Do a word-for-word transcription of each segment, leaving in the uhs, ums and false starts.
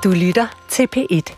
Du lytter til P et.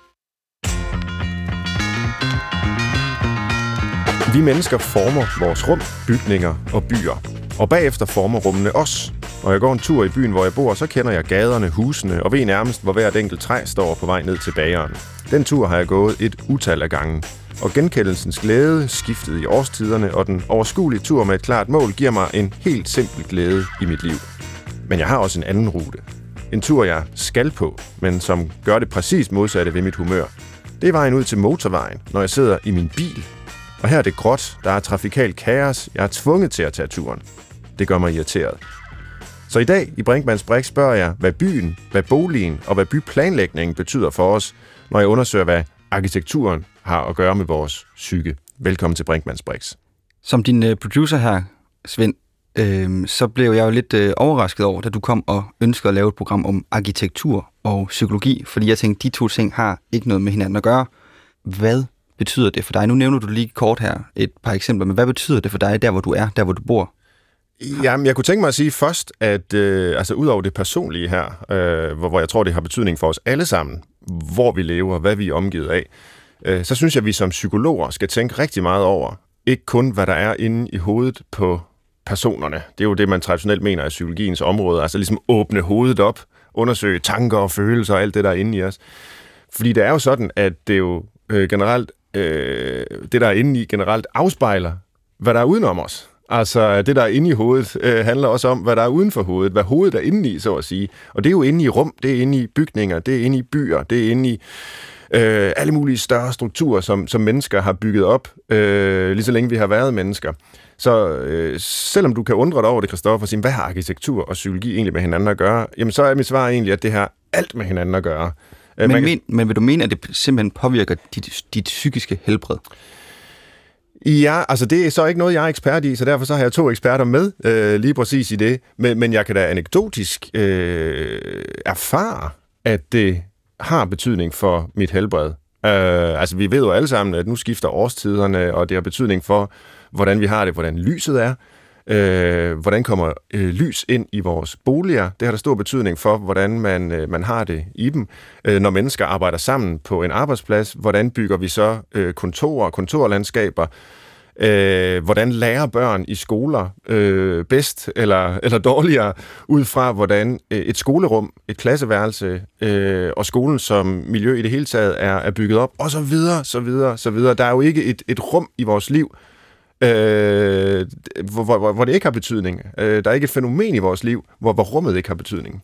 Vi mennesker former vores rum, bygninger og byer. Og bagefter former rummene os. Når jeg går en tur i byen, hvor jeg bor, så kender jeg gaderne, husene og ved nærmest, hvor hvert enkelt træ står på vej ned til bageren. Den tur har jeg gået et utal af gange. Og genkendelsens glæde, skiftet i årstiderne og den overskuelige tur med et klart mål giver mig en helt simpel glæde i mit liv. Men jeg har også en anden rute. En tur, jeg skal på, men som gør det præcis modsatte ved mit humør. Det er vejen ud til motorvejen, når jeg sidder i min bil. Og her er det gråt, der er trafikal kaos, jeg er tvunget til at tage turen. Det gør mig irriteret. Så i dag i Brinkmanns Brix spørger jeg, hvad byen, hvad boligen og hvad byplanlægningen betyder for os, når jeg undersøger, hvad arkitekturen har at gøre med vores psyke. Velkommen til Brinkmanns Brix. Som din øh, producer her, Svend, øh, så blev jeg jo lidt øh, overrasket over, da du kom og ønskede at lave et program om arkitektur og psykologi, fordi jeg tænkte, de to ting har ikke noget med hinanden at gøre. Hvad betyder det for dig? Nu nævner du lige kort her et par eksempler, men hvad betyder det for dig, der hvor du er, der hvor du bor? Jamen, jeg kunne tænke mig at sige først, at øh, altså ud over det personlige her, øh, hvor, hvor jeg tror, det har betydning for os alle sammen, hvor vi lever, hvad vi er omgivet af, øh, så synes jeg, at vi som psykologer skal tænke rigtig meget over, ikke kun hvad der er inde i hovedet på personerne. Det er jo det, man traditionelt mener er psykologiens område, altså ligesom åbne hovedet op, undersøge tanker og følelser og alt det, der er inde i os. Fordi det er jo sådan, at det jo øh, generelt, øh, det der er inde i generelt afspejler, hvad der er udenom os. Altså, det, der er inde i hovedet, øh, handler også om, hvad der er uden for hovedet, hvad hovedet er inde i, så at sige. Og det er jo inde i rum, det er inde i bygninger, det er inde i byer, det er inde i øh, alle mulige større strukturer, som, som mennesker har bygget op, øh, lige så længe vi har været mennesker. Så øh, selvom du kan undre dig over det, Christoffer, og sige, hvad har arkitektur og psykologi egentlig med hinanden at gøre, jamen så er mit svar egentlig, at det har alt med hinanden at gøre. Men, kan... men, men vil du mene, at det simpelthen påvirker dit, dit psykiske helbred? Ja, altså det er så ikke noget, jeg er ekspert i, så derfor så har jeg to eksperter med øh, lige præcis i det. Men, men jeg kan da anekdotisk øh, erfare, at det har betydning for mit helbred. Øh, altså vi ved jo alle sammen, at nu skifter årstiderne, og det har betydning for, hvordan vi har det, hvordan lyset er. Øh, hvordan kommer øh, lys ind i vores boliger? Det har der stor betydning for, hvordan man, øh, man har det i dem. Øh, når mennesker arbejder sammen på en arbejdsplads, hvordan bygger vi så øh, kontorer, kontorlandskaber? Øh, hvordan lærer børn i skoler øh, bedst eller, eller dårligere, ud fra hvordan øh, et skolerum, et klasseværelse øh, og skolen som miljø i det hele taget er, er bygget op, og så videre, så videre, så videre. Der er jo ikke et, et rum i vores liv, Øh, hvor, hvor, hvor det ikke har betydning. Øh, der er ikke et fænomen i vores liv, hvor, hvor rummet ikke har betydning.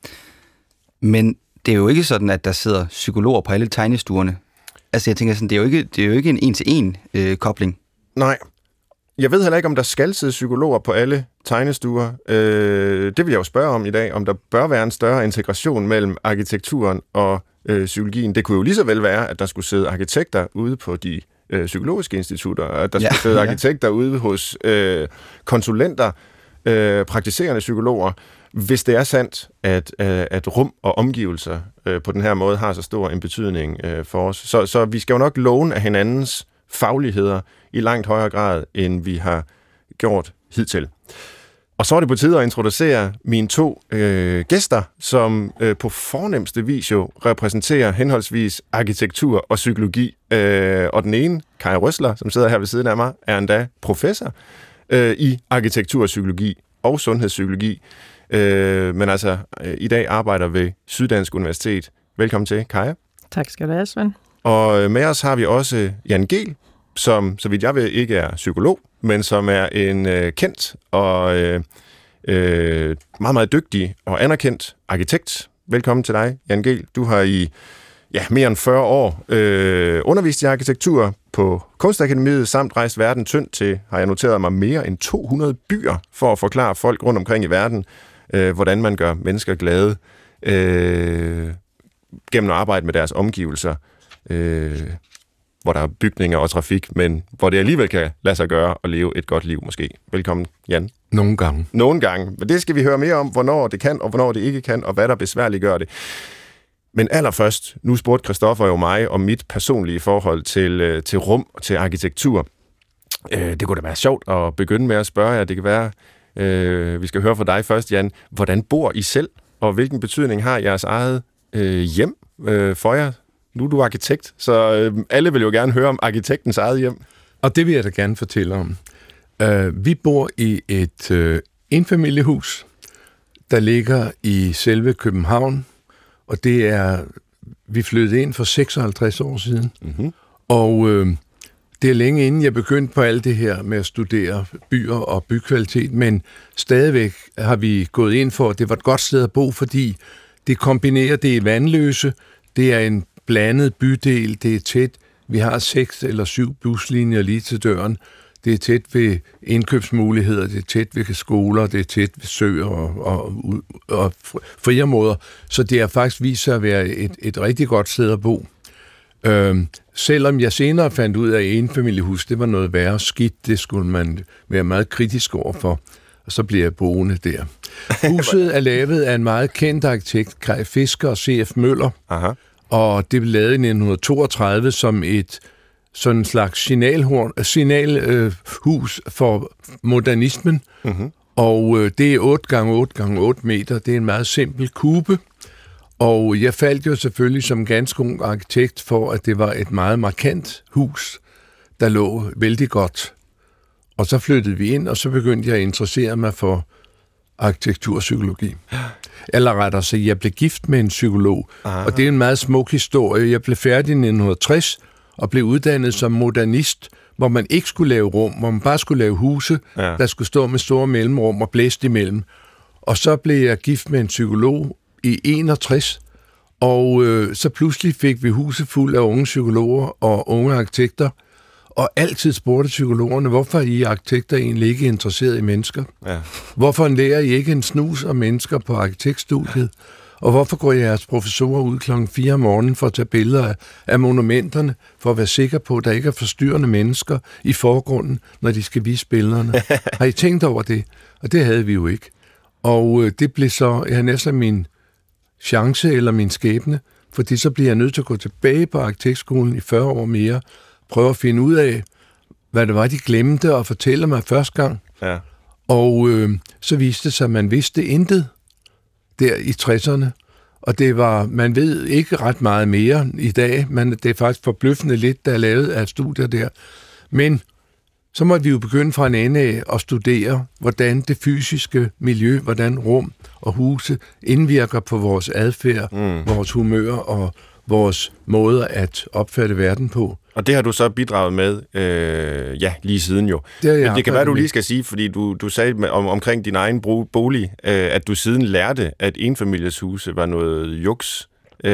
Men det er jo ikke sådan, at der sidder psykologer på alle tegnestuerne. Altså jeg tænker sådan, det er jo ikke, det er jo ikke en en-til-en øh, kobling. Nej. Jeg ved heller ikke, om der skal sidde psykologer på alle tegnestuer. Øh, det vil jeg jo spørge om i dag, om der bør være en større integration mellem arkitekturen og øh, psykologien. Det kunne jo lige så vel være, at der skulle sidde arkitekter ude på de øh, psykologiske institutter, at der skulle ja, sidde ja. arkitekter ude hos øh, konsulenter, øh, praktiserende psykologer, hvis det er sandt, at, øh, at rum og omgivelser øh, på den her måde har så stor en betydning øh, for os. Så, så vi skal jo nok låne af hinandens fagligheder i langt højere grad, end vi har gjort hidtil. Og så er det på tide at introducere mine to øh, gæster, som øh, på fornemste vis jo repræsenterer henholdsvis arkitektur og psykologi. Øh, og den ene, Kaja Røsler, som sidder her ved siden af mig, er endda professor øh, i arkitektur, psykologi og sundhedspsykologi. Øh, men altså, øh, i dag arbejder ved Syddansk Universitet. Velkommen til, Kaja. Tak skal du have, Svend. Og med os har vi også Jan Gehl, som, så vidt jeg ved, ikke er psykolog, men som er en øh, kendt og øh, øh, meget, meget dygtig og anerkendt arkitekt. Velkommen til dig, Jan Gehl. Du har i ja, mere end fyrre år øh, undervist i arkitektur på Kunstakademiet, samt rejst verden tyndt til, har jeg noteret mig, mere end to hundrede byer, for at forklare folk rundt omkring i verden, øh, hvordan man gør mennesker glade øh, gennem at arbejde med deres omgivelser. Øh, hvor der er bygninger og trafik, men hvor det alligevel kan lade sig gøre at leve et godt liv måske. Velkommen, Jan. Nogle gange. Nogle gange. Men det skal vi høre mere om, hvornår det kan, og hvornår det ikke kan, og hvad der besværliggør det. Men allerførst, nu spurgte Christoffer jo mig om mit personlige forhold til, til rum og til arkitektur. Det kunne da være sjovt at begynde med at spørge jer. Det kan være, vi skal høre fra dig først, Jan. Hvordan bor I selv, og hvilken betydning har jeres eget hjem øh, for jer? Nu er du arkitekt, så øh, alle vil jo gerne høre om arkitektens eget hjem. Og det vil jeg da gerne fortælle om. Uh, vi bor i et uh, enfamiliehus, der ligger i selve København, og det er, vi flyttede ind for seksoghalvtreds år siden. Mm-hmm. Og uh, det er længe inden jeg begyndte på alt det her med at studere byer og bykvalitet, men stadigvæk har vi gået ind for, at det var et godt sted at bo, fordi det kombinerer, det er vandløse, det er en blandet bydel, det er tæt, vi har seks eller syv buslinjer lige til døren, det er tæt ved indkøbsmuligheder, det er tæt ved skoler, det er tæt ved søer og, og, og friområder, så det har faktisk vist sig at være et, et rigtig godt sted at bo. Øhm, selvom jeg senere fandt ud af, at enfamiliehus, det var noget værre skidt, det skulle man være meget kritisk overfor, og så bliver jeg boende der. Huset er lavet af en meget kendt arkitekt, Kai Fisker og C F Møller, aha. Og det blev lavet i nitten toogtredive som et sådan en slags signalhorn, signalhus øh, for modernismen, mm-hmm. og øh, det er otte gange otte gange otte meter, det er en meget simpel kube, og jeg faldt jo selvfølgelig som ganske ung arkitekt for, at det var et meget markant hus, der lå vældig godt. Og så flyttede vi ind, og så begyndte jeg at interessere mig for arkitekturpsykologi. Eller rettere sig, jeg blev gift med en psykolog, aha. Og det er en meget smuk historie. Jeg blev færdig i nitten tres og blev uddannet som modernist, hvor man ikke skulle lave rum, hvor man bare skulle lave huse, ja. Der skulle stå med store mellemrum og blæst imellem. Og så blev jeg gift med en psykolog i enogtres, og øh, så pludselig fik vi huset fuld af unge psykologer og unge arkitekter, og altid spurgte psykologerne, hvorfor er I arkitekter egentlig ikke interesseret i mennesker? Ja. Hvorfor lærer I ikke en snus om mennesker på arkitektstudiet? Og hvorfor går jeres professorer ud klokken fire om morgenen for at tage billeder af, af monumenterne, for at være sikker på, at der ikke er forstyrrende mennesker i forgrunden, når de skal vise billederne? Har I tænkt over det? Og det havde vi jo ikke. Og øh, det blev så, jeg har næsten min chance eller min skæbne, fordi så bliver jeg nødt til at gå tilbage på arkitektskolen i fyrre år mere, prøve at finde ud af, hvad det var, de glemte at fortælle mig første gang. Ja. Og øh, så viste det sig, at man vidste intet der i tresserne. Og det var, man ved ikke ret meget mere i dag, men det er faktisk forbløffende lidt, der er lavet af studier der. Men så måtte vi jo begynde fra en ende af at studere, hvordan det fysiske miljø, hvordan rum og huse indvirker på vores adfærd, mm. vores humør og vores måder at opfatte verden på. Og det har du så bidraget med, øh, ja, lige siden jo. Det, Men det kan være, du lige skal sige, fordi du, du sagde med, om, omkring din egen bolig, øh, at du siden lærte, at enfamilieshuse var noget juks. Øh,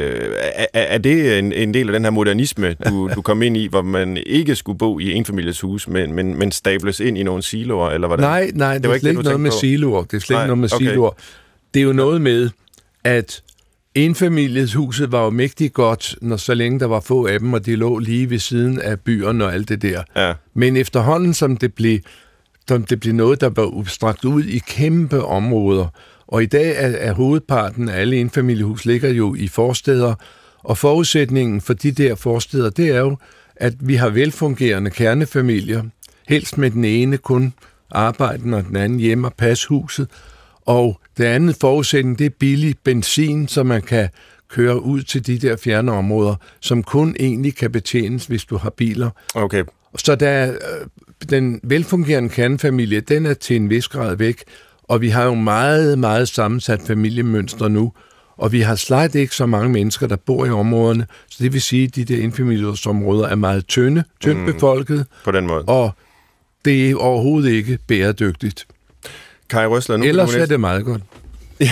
er, er det en, en del af den her modernisme, du, du kom ind i, hvor man ikke skulle bo i enfamilieshus, men, men, men stables ind i nogle siloer, eller hvordan? Nej, nej, det, det er slet ikke noget med siloer. Det er slet ikke noget med siloer. Det er jo noget med, at enfamilieshuset var jo mægtigt godt, når så længe der var få af dem, og de lå lige ved siden af byerne og alt det der. Ja. Men efterhånden, som det blev, som det blev noget, der var udstrakt ud i kæmpe områder, og i dag er, er hovedparten af alle enfamiliehus ligger jo i forstæder, og forudsætningen for de der forstæder, det er jo, at vi har velfungerende kernefamilier, helst med den ene kun arbejden, og den anden hjemme og passe huset, og det andet forudsætning, det er billig benzin, så man kan køre ud til de der fjerne områder, som kun egentlig kan betjenes, hvis du har biler. Okay. Så der, den velfungerende kernefamilie, den er til en vis grad væk, og vi har jo meget, meget sammensat familiemønstre nu, og vi har slet ikke så mange mennesker, der bor i områderne, så det vil sige, at de der enfamiliesområder er meget tynde, tyndt mm, befolket, på den måde. Og det er overhovedet ikke bæredygtigt. Kai Røsler, nu Ellers næsten... er det meget godt. Ja,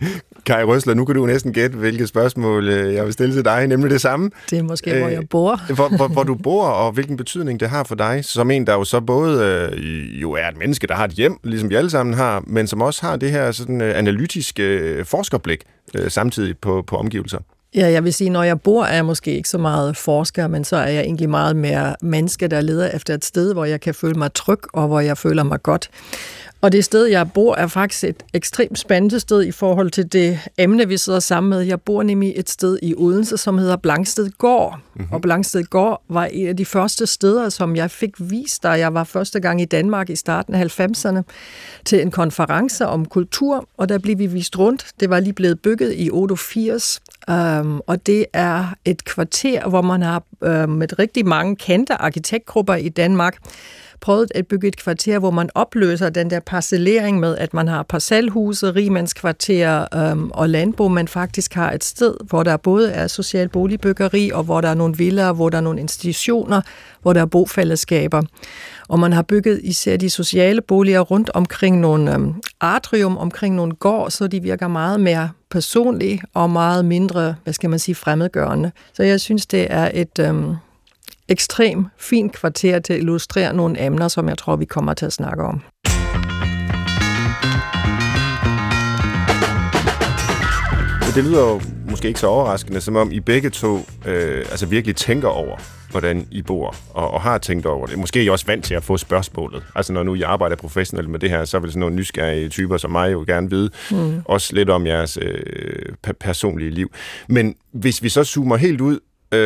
Kai Røsler, nu kan du næsten gætte, hvilket spørgsmål jeg vil stille til dig, nemlig det samme. Det er måske, hvor jeg bor. hvor, hvor, hvor du bor, og hvilken betydning det har for dig, som en, der jo så både øh, jo er et menneske, der har et hjem, ligesom vi alle sammen har, men som også har det her sådan øh, analytiske øh, forskerblik øh, samtidig på, på omgivelser. Ja, jeg vil sige, når jeg bor, er jeg måske ikke så meget forsker, men så er jeg egentlig meget mere menneske, der leder efter et sted, hvor jeg kan føle mig tryg, og hvor jeg føler mig godt. Og det sted, jeg bor, er faktisk et ekstremt spændende sted i forhold til det emne, vi sidder sammen med. Jeg bor nemlig et sted i Odense, som hedder Blangsted Gård. Mm-hmm. Og Blangsted Gård var et af de første steder, som jeg fik vist, da jeg var første gang i Danmark i starten af halvfemserne, til en konference om kultur, og der blev vi vist rundt. Det var lige blevet bygget i otteogfirs, um, og det er et kvarter, hvor man har uh, med rigtig mange kendte arkitektgrupper i Danmark prøvet at bygge et kvarter, hvor man opløser den der parcellering med, at man har parcelhuse, rigmandskvarter øhm, og landbrug, men faktisk har et sted, hvor der både er social boligbyggeri, og hvor der er nogle villaer, hvor der er nogle institutioner, hvor der er bofællesskaber. Og man har bygget især de sociale boliger rundt omkring nogle øhm, atrium, omkring nogle gård, så de virker meget mere personlige og meget mindre, hvad skal man sige, fremmedgørende. Så jeg synes, det er et Øhm, ekstremt fint kvarter til at illustrere nogle emner, som jeg tror, vi kommer til at snakke om. Det lyder jo måske ikke så overraskende, som om I begge to øh, altså virkelig tænker over, hvordan I bor, og, og har tænkt over det. Måske er I også vant til at få spørgsmålet. Altså når nu I arbejder professionelt med det her, så vil sådan nogle nysgerrige typer som mig jo gerne vide, mm. også lidt om jeres øh, personlige liv. Men hvis vi så zoomer helt ud,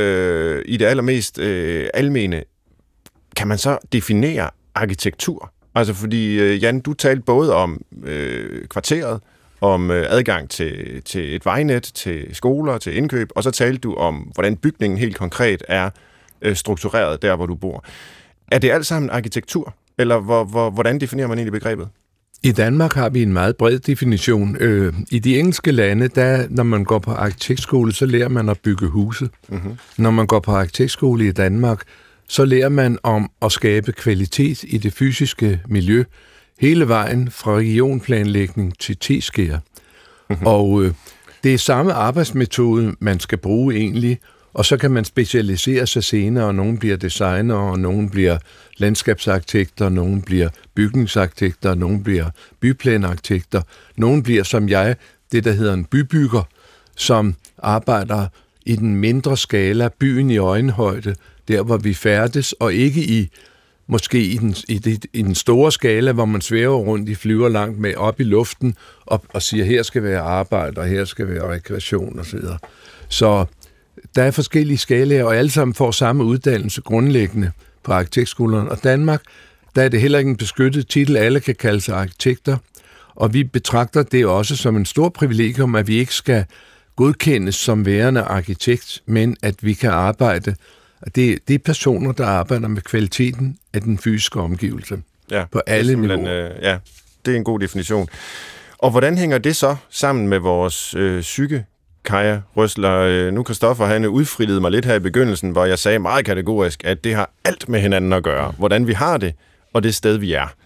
Øh, i det allermest øh, almene, kan man så definere arkitektur? Altså fordi, øh, Jan, du talte både om øh, kvarteret, om øh, adgang til, til et vejnet, til skoler, til indkøb, og så talte du om, hvordan bygningen helt konkret er øh, struktureret der, hvor du bor. Er det alt sammen arkitektur? Eller hvor, hvor, hvordan definerer man egentlig begrebet? I Danmark har vi en meget bred definition. Øh, I de engelske lande, der, når man går på arkitektskole, så lærer man at bygge huse. Mm-hmm. Når man går på arkitektskole i Danmark, så lærer man om at skabe kvalitet i det fysiske miljø, hele vejen fra regionplanlægning til T-skære. Mm-hmm. Og øh, det er samme arbejdsmetode, man skal bruge egentlig, og så kan man specialisere sig senere, og nogen bliver designer, og nogen bliver landskabsarkitekter, nogen bliver bygningsarkitekter, nogen bliver byplanarkitekter, nogen bliver som jeg, det der hedder en bybygger, som arbejder i den mindre skala, byen i øjenhøjde, der hvor vi færdes, og ikke i måske i den, i, det, i den store skala, hvor man svæver rundt, i flyver langt med op i luften, og, og siger, her skal være arbejde, og her skal være rekreation osv. Så der er forskellige skalaer, og alle sammen får samme uddannelse grundlæggende på arkitektskolerne. Og Danmark, der er det heller ikke en beskyttet titel. Alle kan kalde sig arkitekter, og vi betragter det også som en stor privilegium, at vi ikke skal godkendes som værende arkitekt, men at vi kan arbejde. Det, det er personer, der arbejder med kvaliteten af den fysiske omgivelse ja, på alle niveauer. Øh, ja, det er en god definition. Og hvordan hænger det så sammen med vores øh, psyke? Kaja Røsler, nu Christoffer, han udfrittede mig lidt her i begyndelsen, hvor jeg sagde meget kategorisk, at det har alt med hinanden at gøre. Hvordan vi har det, og det sted, vi er.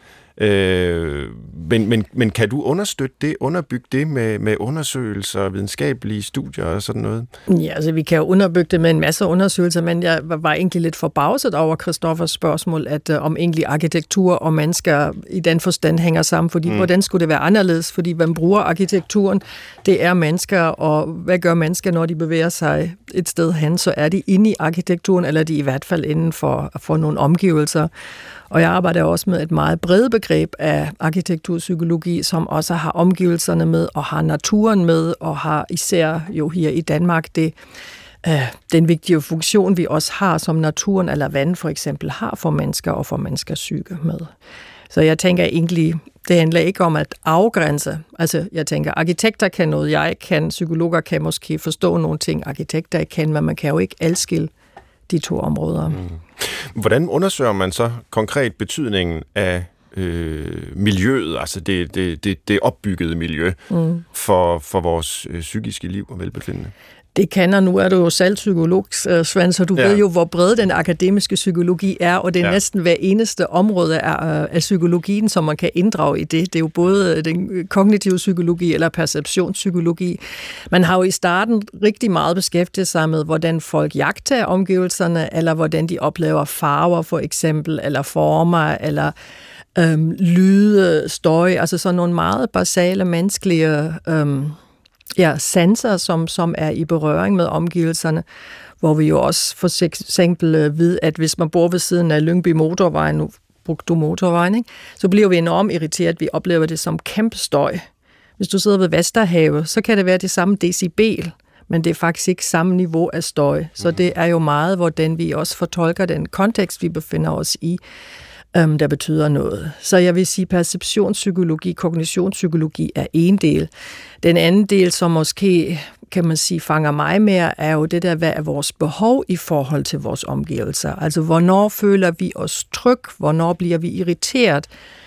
Øh, men, men, men kan du understøtte det, underbygge det med, med undersøgelser, videnskabelige studier og sådan noget? Ja, altså vi kan jo underbygge det med en masse undersøgelser, men jeg var egentlig lidt forbavset over Christoffers spørgsmål, at uh, om egentlig arkitektur og mennesker i den forstand hænger sammen, fordi mm. hvordan skulle det være anderledes? Fordi hvem bruger arkitekturen? Det er mennesker, og hvad gør mennesker, når de bevæger sig et sted hen? Så er de inde i arkitekturen, eller er de i hvert fald inden for, for nogle omgivelser. Og jeg arbejder også med et meget bredt begreb af arkitekturpsykologi, som også har omgivelserne med, og har naturen med, og har især jo her i Danmark det, øh, den vigtige funktion, vi også har, som naturen eller vand for eksempel har for mennesker og for menneskers psyke med. Så jeg tænker egentlig, det handler ikke om at afgrænse. Altså jeg tænker, arkitekter kan noget, jeg kan, psykologer kan måske forstå nogle ting, arkitekter kan, men man kan jo ikke adskille de to områder. Mm. Hvordan undersøger man så konkret betydningen af øh, miljøet, altså det, det, det, det opbyggede miljø, mm. for, for vores øh, psykiske liv og velbefindende? Det kan, og nu er du jo selv psykolog, Svend, så du ja. ved jo, hvor bred den akademiske psykologi er, og det er ja. næsten hver eneste område af, af psykologien, som man kan inddrage i det. Det er jo både den kognitive psykologi eller perceptionspsykologi. Man har jo i starten rigtig meget beskæftiget sig med, hvordan folk jagter omgivelserne, eller hvordan de oplever farver for eksempel, eller former, eller øhm, lyde, støj, altså sådan nogle meget basale menneskelige øhm, Ja, sanser, som, som er i berøring med omgivelserne, hvor vi jo også for eksempel ved, at hvis man bor ved siden af Lyngby Motorvejen, nu brugte du motorvejen, ikke? Så bliver vi enormt irriteret. Vi oplever det som kæmpe støj. Hvis du sidder ved Vesterhavet, så kan det være det samme decibel, men det er faktisk ikke samme niveau af støj. Så det er jo meget, hvordan vi også fortolker den kontekst, vi befinder os i, um, der betyder noget. Så jeg vil sige, perceptionspsykologi, kognitionspsykologi er en del. Den anden del, som måske, kan man sige, fanger mig mere, er jo det der, hvad er vores behov i forhold til vores omgivelser. Altså, hvornår føler vi os tryg? Hvornår bliver vi irriteret?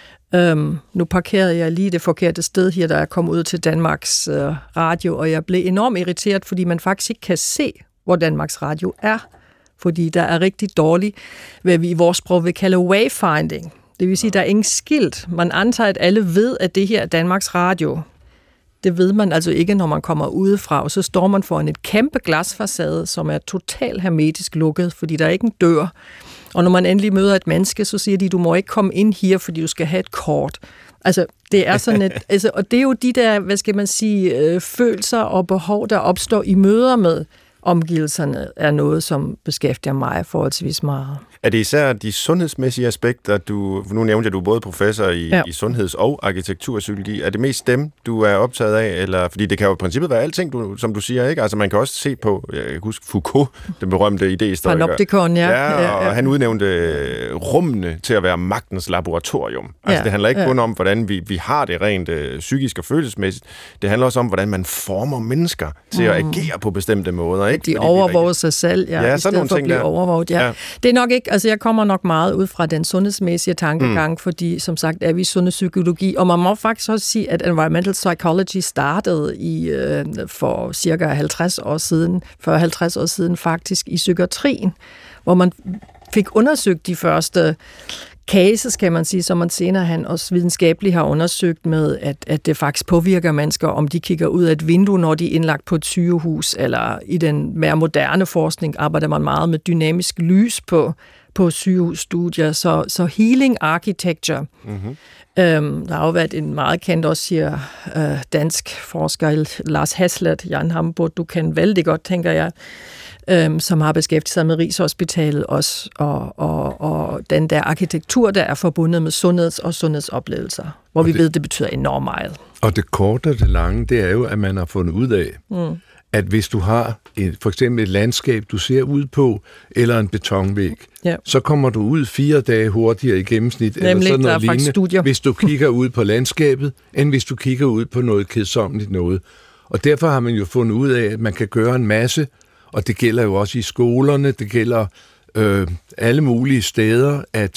Um, nu parkerede jeg lige det forkerte sted her, da jeg kom ud til Danmarks uh, Radio, og jeg blev enormt irriteret, fordi man faktisk ikke kan se, hvor Danmarks Radio er. Fordi der er rigtig dårligt, hvad vi i vores sprog vil kalde wayfinding. Det vil sige, der er ingen skilt. Man antager, at alle ved, at det her er Danmarks Radio. Det ved man altså ikke, når man kommer udefra, og så står man foran et kæmpe glasfacade, som er totalt hermetisk lukket, fordi der er ikke en dør. Og når man endelig møder et menneske, så siger de, du må ikke komme ind her, fordi du skal have et kort. Altså, det er sådan et, altså, og det er jo de der, hvad skal man sige, øh, følelser og behov, der opstår i møder med omgivelserne, er noget, som beskæftiger mig forholdsvis meget. Er det især de sundhedsmæssige aspekter, du, nu nævnte jeg, du er både professor i, ja. i sundheds- og arkitekturpsykologi. Er det mest dem, du er optaget af? Eller, fordi det kan jo i princippet være alting, du, som du siger, ikke? Altså man kan også se på, jeg kan huske Foucault, den berømte idéhistoriker. Panoptikon, ja. Ja, og ja, ja. han udnævnte rummene til at være magtens laboratorium. Altså ja, det handler ikke ja. kun om, hvordan vi, vi har det rent øh, psykisk og følelsesmæssigt. Det handler også om, hvordan man former mennesker til mm. at agere på bestemte måder. Ikke? De overvåger sig selv, ja, ja i stedet for at blive overvåget. Ja. Ja. Det er nok ikke, altså jeg kommer nok meget ud fra den sundhedsmæssige tankegang, mm. fordi som sagt er vi i sundhedspsykologi, og man må faktisk også sige, at environmental psychology startede i, øh, for cirka halvtreds år siden, fyrre halvtreds år siden faktisk, i psykiatrien, hvor man fik undersøgt de første cases, kan man sige, som man senere han også videnskabeligt har undersøgt med, at, at det faktisk påvirker mennesker, om de kigger ud af et vindue, når de er indlagt på et sygehus, eller i den mere moderne forskning arbejder man meget med dynamisk lys på, på sygehusstudier, så, så healing architecture. Mm-hmm. Øhm, der har jo været en meget kendt også siger øh, dansk forsker, Lars Haslet, Jan Hamburt, du kender vældig godt, tænker jeg, Øhm, som har beskæftiget sig med Rigshospitalet også, og, og, og den der arkitektur, der er forbundet med sundheds- og sundhedsoplevelser, hvor og vi det, ved, det betyder enormt meget. Og det korte og det lange, det er jo, at man har fundet ud af, mm. at hvis du har et, for eksempel et landskab, du ser ud på, eller en betonvæg, ja. så kommer du ud fire dage hurtigere i gennemsnit, Nemlig, eller sådan noget lignende, studier. hvis du kigger ud på landskabet, end hvis du kigger ud på noget kedsommeligt noget. Og derfor har man jo fundet ud af, at man kan gøre en masse. Og det gælder jo også i skolerne, det gælder øh, alle mulige steder, at,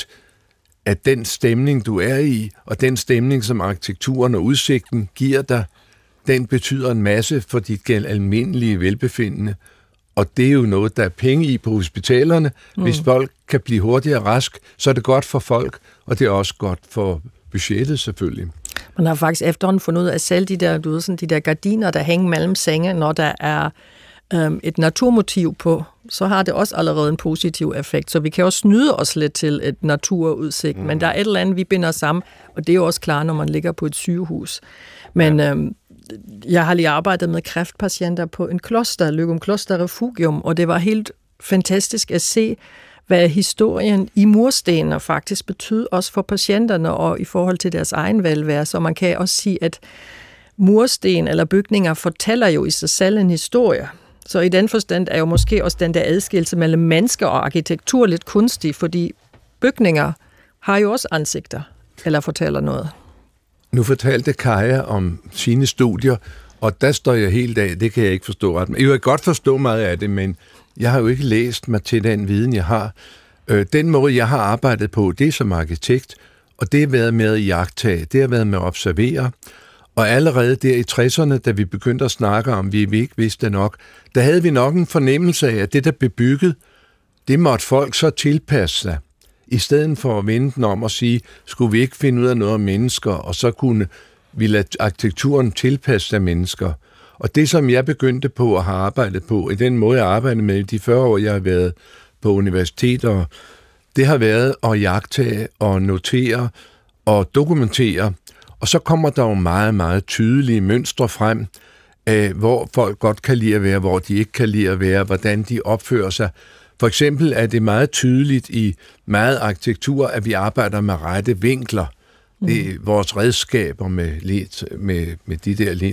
at den stemning, du er i, og den stemning, som arkitekturen og udsigten giver dig, den betyder en masse for dit almindelige velbefindende. Og det er jo noget, der er penge i på hospitalerne. Mm. Hvis folk kan blive hurtigere rask, så er det godt for folk, og det er også godt for budgettet selvfølgelig. Man har faktisk efterhånden fundet ud af, at selv de der, du ved, sådan, de der gardiner, der hænger mellem senge, når der er et naturmotiv på, så har det også allerede en positiv effekt. Så vi kan også snyde os lidt til et naturudsigt, mm. men der er et eller andet, vi binder sammen, og det er jo også klart, når man ligger på et sygehus. Men ja. øhm, jeg har lige arbejdet med kræftpatienter på en kloster, Løgum Kloster Refugium, og det var helt fantastisk at se, hvad historien i murstener faktisk betyder også for patienterne og i forhold til deres egen velvære. Så man kan også sige, at mursten eller bygninger fortæller jo i sig selv en historie. Så i den forstand er jo måske også den der adskillelse mellem mennesker og arkitektur lidt kunstig, fordi bygninger har jo også ansigter, eller fortæller noget. Nu fortalte Kaja om sine studier, og der står jeg helt af, det kan jeg ikke forstå ret. Jeg kan godt forstå meget af det, men jeg har jo ikke læst mig til den viden, jeg har. Den måde, jeg har arbejdet på, det er som arkitekt, og det har været med at iagttage, det har været med at observere. Og allerede der i tresserne, da vi begyndte at snakke om, vi ikke vidste nok, der havde vi nok en fornemmelse af, at det, der blev bygget, det måtte folk så tilpasse sig. I stedet for at vende den om og sige, skulle vi ikke finde ud af noget om mennesker, og så kunne vi lade arkitekturen tilpasse sig mennesker. Og det, som jeg begyndte på at have arbejdet på, i den måde, jeg arbejdede med de fyrre år, jeg har været på universiteter, det har været at iagttage og notere og dokumentere. Og så kommer der jo meget, meget tydelige mønstre frem, af hvor folk godt kan lide at være, hvor de ikke kan lide at være, hvordan de opfører sig For eksempel er det meget tydeligt i meget arkitektur, at vi arbejder med rette vinkler. Det er vores redskaber med, med, med de der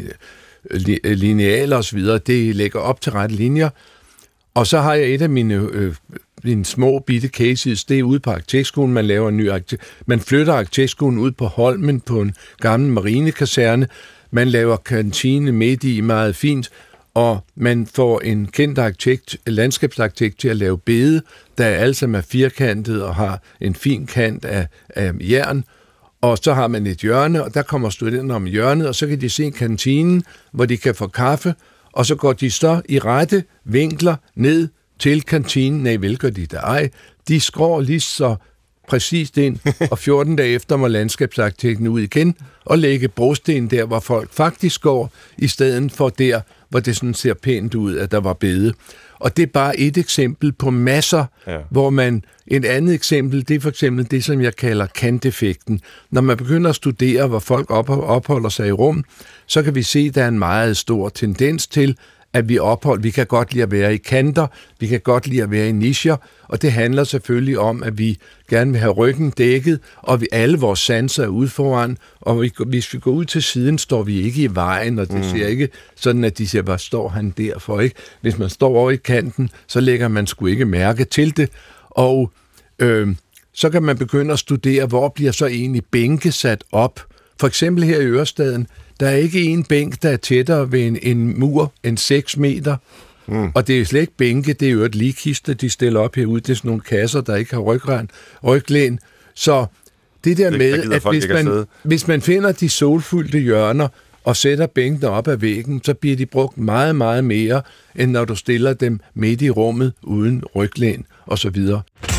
linealer og så videre, det lægger op til rette linjer. Og så har jeg et af mine, øh, mine små bitte cases, det er ude på arkitektskolen, man laver en ny arkitekt. Man flytter arkitektskolen ud på Holmen på en gammel marinekaserne, man laver kantine midt i meget fint, og man får en kendt arkitekt, landskabsarkitekt til at lave bede, der alle sammen er firkantet og har en fin kant af, af jern. Og så har man et hjørne, og der kommer studenter om hjørnet, og så kan de se kantinen, hvor de kan få kaffe, og så går de så i rette vinkler ned til kantinen. Nej, vel gør de der ej. De skår lige så præcist ind, og fjorten dage efter må landskabsarkitekten ud igen og lægge brosten der, hvor folk faktisk går, i stedet for der, hvor det sådan ser pænt ud, at der var bede. Og det er bare et eksempel på masser, ja. Hvor man... Et andet eksempel, det er for eksempel det, som jeg kalder kanteffekten. Når man begynder at studere, hvor folk opholder sig i rum, så kan vi se, at der er en meget stor tendens til, at vi opholder, vi kan godt lide at være i kanter, vi kan godt lide at være i nicher, og det handler selvfølgelig om, at vi gerne vil have ryggen dækket, og vi alle vores sanser er ude foran, og vi, hvis vi går ud til siden, står vi ikke i vejen, og det mm. ser ikke sådan, at de siger, hvad står han der for, ikke? Hvis man står over i kanten, så lægger man sgu ikke mærke til det, og øh, så kan man begynde at studere, hvor bliver så egentlig bænke sat op. For eksempel her i Ørestaden, der er ikke en bænk, der er tættere ved en, en mur end seks meter. Mm. Og det er slet ikke bænke, det er jo et ligkiste, de stiller op herude. Det er sådan nogle kasser, der ikke har ryglæn. ryglæn. Så det der det, med, der at hvis man, hvis man finder de solfyldte hjørner og sætter bænkene op ad væggen, så bliver de brugt meget, meget mere, end når du stiller dem midt i rummet uden ryglæn og så videre.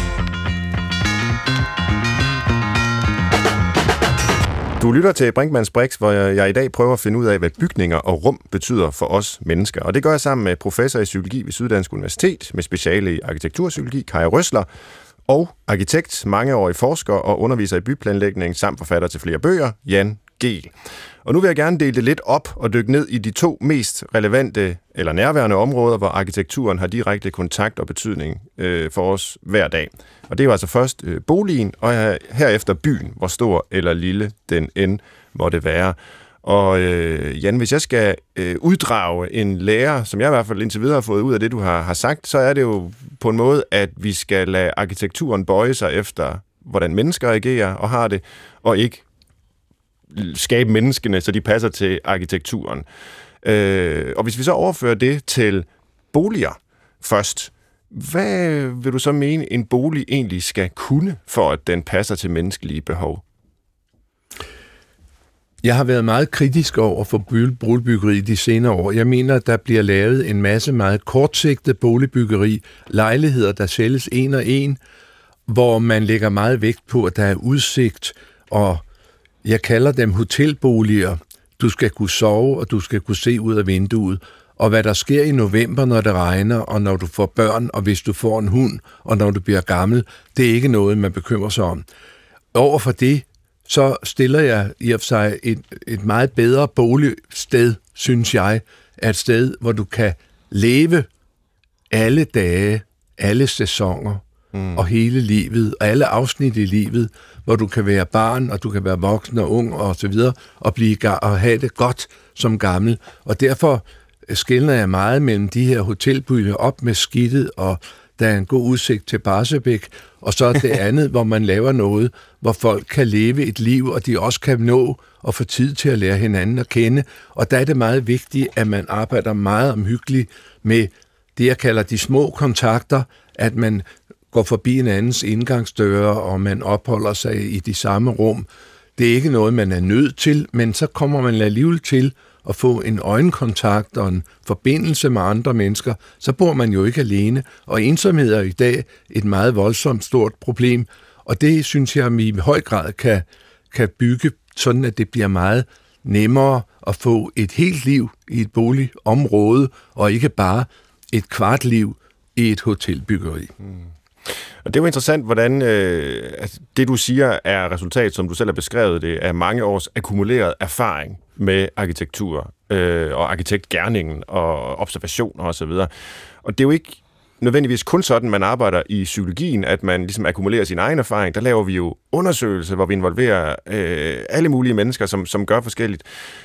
Du lytter til Brinkmanns Brix, hvor jeg i dag prøver at finde ud af, hvad bygninger og rum betyder for os mennesker. Og det gør jeg sammen med professor i psykologi ved Syddansk Universitet, med speciale i arkitekturpsykologi, Kai Røsler, og arkitekt, mangeårig forsker og underviser i byplanlægning, samt forfatter til flere bøger, Jan Gehl. Og nu vil jeg gerne dele det lidt op og dykke ned i de to mest relevante eller nærværende områder, hvor arkitekturen har direkte kontakt og betydning øh, for os hver dag. Og det er jo altså først øh, boligen, og herefter byen, hvor stor eller lille den end måtte være. Og øh, Jan, hvis jeg skal øh, uddrage en lære, som jeg i hvert fald indtil videre har fået ud af det, du har, har sagt, så er det jo på en måde, at vi skal lade arkitekturen bøje sig efter, hvordan mennesker agerer og har det, og ikke skabe menneskene, så de passer til arkitekturen. Øh, og hvis vi så overfører det til boliger først, hvad vil du så mene, en bolig egentlig skal kunne, for at den passer til menneskelige behov? Jeg har været meget kritisk over for boligbyggeri de senere år. Jeg mener, at der bliver lavet en masse meget kortsigtet boligbyggeri, lejligheder, der sælges en og en, hvor man lægger meget vægt på, at der er udsigt, og jeg kalder dem hotelboliger. Du skal kunne sove, og du skal kunne se ud af vinduet. Og hvad der sker i november, når det regner, og når du får børn, og hvis du får en hund, og når du bliver gammel, det er ikke noget, man bekymrer sig om. Overfor det, så stiller jeg i og for sig et, et meget bedre boligsted, synes jeg, er et sted, hvor du kan leve alle dage, alle sæsoner, mm. og hele livet, og alle afsnit i livet, hvor du kan være barn, og du kan være voksen og ung, og så videre, og, blive, og have det godt som gammel. Og derfor skelner jeg meget mellem de her hotelbyer op med skidtet, og der er en god udsigt til Barsebæk, og så det andet, hvor man laver noget, hvor folk kan leve et liv, og de også kan nå og få tid til at lære hinanden at kende. Og der er det meget vigtigt, at man arbejder meget omhyggeligt med det, jeg kalder de små kontakter, at man går forbi en andens indgangsdøre, og man opholder sig i de samme rum. Det er ikke noget, man er nødt til, men så kommer man alligevel til at få en øjenkontakt og en forbindelse med andre mennesker, så bor man jo ikke alene. Og ensomhed er i dag et meget voldsomt stort problem, og det synes jeg, at vi i høj grad kan, kan bygge sådan, at det bliver meget nemmere at få et helt liv i et boligområde, og ikke bare et kvart liv i et hotelbyggeri. Hmm. Og det er jo interessant, hvordan øh, det, du siger, er resultat, som du selv har beskrevet det, af mange års akkumuleret erfaring med arkitektur øh, og arkitektgerningen og observationer osv. Og, og det er jo ikke nødvendigvis kun sådan, man arbejder i psykologien, at man ligesom akkumulerer sin egen erfaring. Der laver vi jo undersøgelser, hvor vi involverer øh, alle mulige mennesker, som, som gør forskelligt.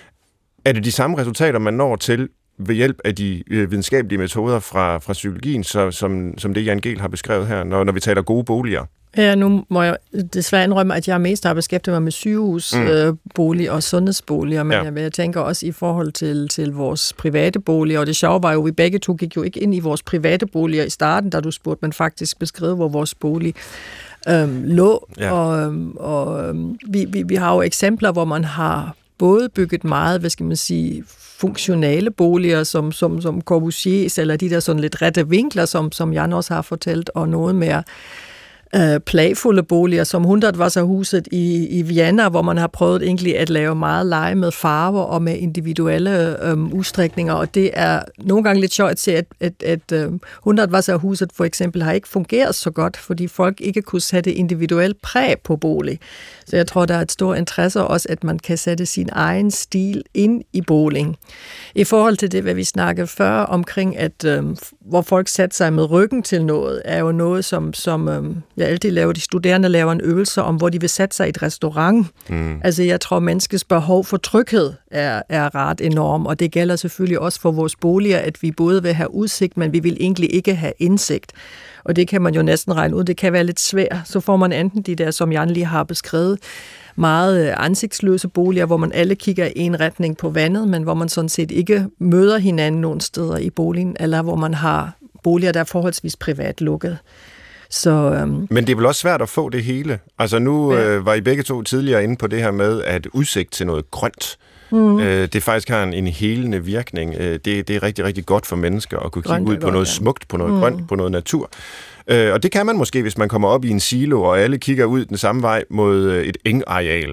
Er det de samme resultater, man når til ved hjælp af de øh, videnskabelige metoder fra, fra psykologien, så, som, som det Jan Gehl har beskrevet her, når, når vi taler gode boliger? Ja, nu må jeg desværre indrømme, at jeg mest har beskæftiget mig med sygehusbolig mm. øh, og sundhedsboliger, men ja. jeg, jeg tænker også i forhold til, til vores private boliger, og det sjove var jo, vi begge to gik jo ikke ind i vores private boliger i starten, da du spurgte, men faktisk beskrev, hvor vores bolig øhm, lå, ja. og, og øhm, vi, vi, vi har jo eksempler, hvor man har både bygget meget, hvad skal man sige, funktionale boliger, som, som, som Corbusiers, eller de der sådan lidt rette vinkler, som, som Jan også har fortalt, og noget mere øh, plagfulde boliger, som Hundertwasserhuset i, i Vienna, hvor man har prøvet egentlig at lave meget lege med farver og med individuelle øh, udstrækninger, og det er nogle gange lidt sjovt at se, at, at, at øh, Hundertwasserhuset for eksempel har ikke fungeret så godt, fordi folk ikke kunne sætte individuelt præg på bolig. Så jeg tror, der er et stort interesse også, at man kan sætte sin egen stil ind i boligen. I forhold til det, hvad vi snakkede før omkring, at øh, hvor folk sætter sig med ryggen til noget, er jo noget, som, som øh, jeg altid laver, de studerende laver en øvelse om, hvor de vil sætte sig i et restaurant. Mm. Altså jeg tror, menneskets behov for tryghed er, er ret enorm, og det gælder selvfølgelig også for vores boliger, at vi både vil have udsigt, men vi vil egentlig ikke have indsigt. Og det kan man jo næsten regne ud. Det kan være lidt svært. Så får man enten de der, som Jan lige har beskrevet, meget ansigtsløse boliger, hvor man alle kigger i en retning på vandet, men hvor man sådan set ikke møder hinanden nogen steder i boligen, eller hvor man har boliger, der er forholdsvis privat lukket. Så, øhm, men det er vel også svært at få det hele. Altså nu ja. øh, var I begge to tidligere inde på det her med, at udsigt til noget grønt, mm. øh, det faktisk har en, en helende virkning. Øh, det, det er rigtig, rigtig godt for mennesker at kunne kigge ud på noget ja. smukt, på noget mm. grønt, på noget natur. Øh, og det kan man måske, hvis man kommer op i en silo, og alle kigger ud den samme vej mod et engareal,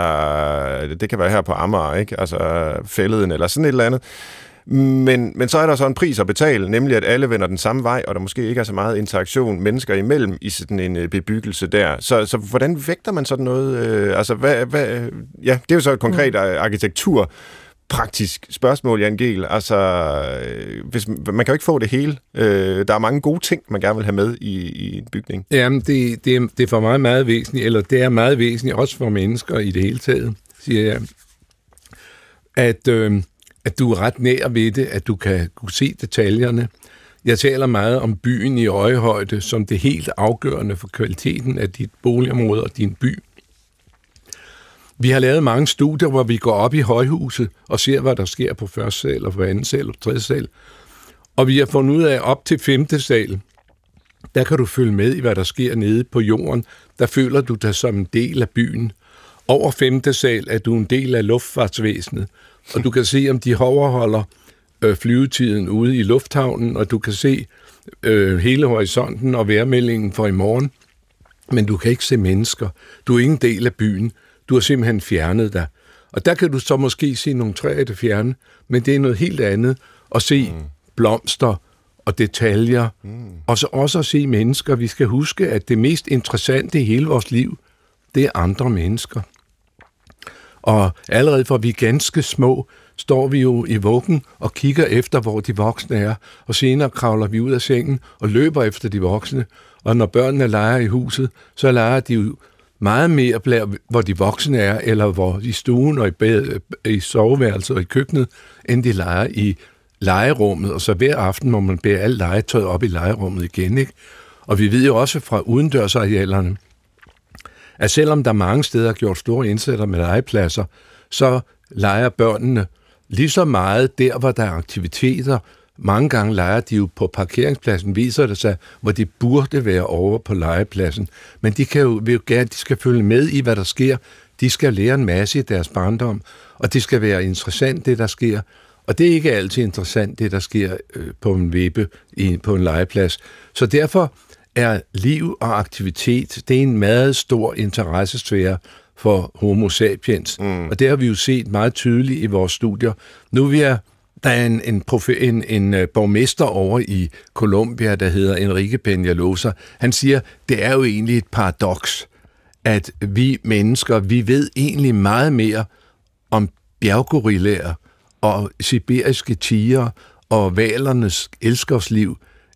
eller det kan være her på Amager, ikke? Altså Fælleden, eller sådan et eller andet. Men, men så er der så en pris at betale, nemlig at alle vender den samme vej, og der måske ikke er så meget interaktion mennesker imellem i sådan en bebyggelse der. Så, så hvordan vægter man sådan noget? Øh, altså, hvad, hvad, ja, det er jo så et konkret mm. arkitektur, praktisk spørgsmål, Jan Gehl. Altså, hvis, man kan jo ikke få det hele. Øh, der er mange gode ting, man gerne vil have med i, i en bygning. Jamen, det, det, det er for mig meget væsentligt, eller det er meget væsentligt, også for mennesker i det hele taget, siger jeg, at... Øh, at du er ret nær ved det, at du kan kunne se detaljerne. Jeg taler meget om byen i øjehøjde som det helt afgørende for kvaliteten af dit boligområde og din by. Vi har lavet mange studier, hvor vi går op i højhuset og ser, hvad der sker på første sal, og på anden sal, og tredje sal. Og vi har fundet ud af, at op til femte sal, der kan du følge med i, hvad der sker nede på jorden. Der føler du dig som en del af byen. Over femte sal er du en del af luftfartsvæsenet, og du kan se, om de overholder øh, flyvetiden ude i lufthavnen, og du kan se øh, hele horisonten og vejrmeldingen for i morgen. Men du kan ikke se mennesker. Du er ikke en del af byen. Du har simpelthen fjernet dig. Og der kan du så måske se nogle træer i det fjerne, men det er noget helt andet at se mm. blomster og detaljer, mm. og så også at se mennesker. Vi skal huske, at det mest interessante i hele vores liv, det er andre mennesker. Og allerede for vi er ganske små, står vi jo i vuggen og kigger efter, hvor de voksne er, og senere kravler vi ud af sengen og løber efter de voksne. Og når børnene leger i huset, så leger de jo meget mere, hvor de voksne er, eller hvor i stuen og i, bed, i soveværelset og i køkkenet, end de leger i legerummet. Og så hver aften må man bære alt legetøjet op i legerummet igen, ikke? Og vi ved jo også fra udendørsarealerne, at selvom der mange steder er gjort store indsætter med legepladser, så leger børnene lige så meget der, hvor der er aktiviteter. Mange gange leger de jo på parkeringspladsen, viser det sig, hvor de burde være over på legepladsen. Men de kan jo, vil jo gerne, de skal følge med i, hvad der sker. De skal lære en masse i deres barndom, og det skal være interessant, det der sker. Og det er ikke altid interessant, det der sker øh, på en vippe, i, på en legeplads. Så derfor er liv og aktivitet, det er en meget stor interessesfære for homo sapiens. Mm. Og det har vi jo set meget tydeligt i vores studier. Nu er vi er, der er en, en, profe, en, en borgmester over i Colombia, der hedder Enrique Peñalosa. Han siger, det er jo egentlig et paradoks, at vi mennesker, vi ved egentlig meget mere om bjerggorillaer og sibiriske tiger og hvalernes elskovsliv,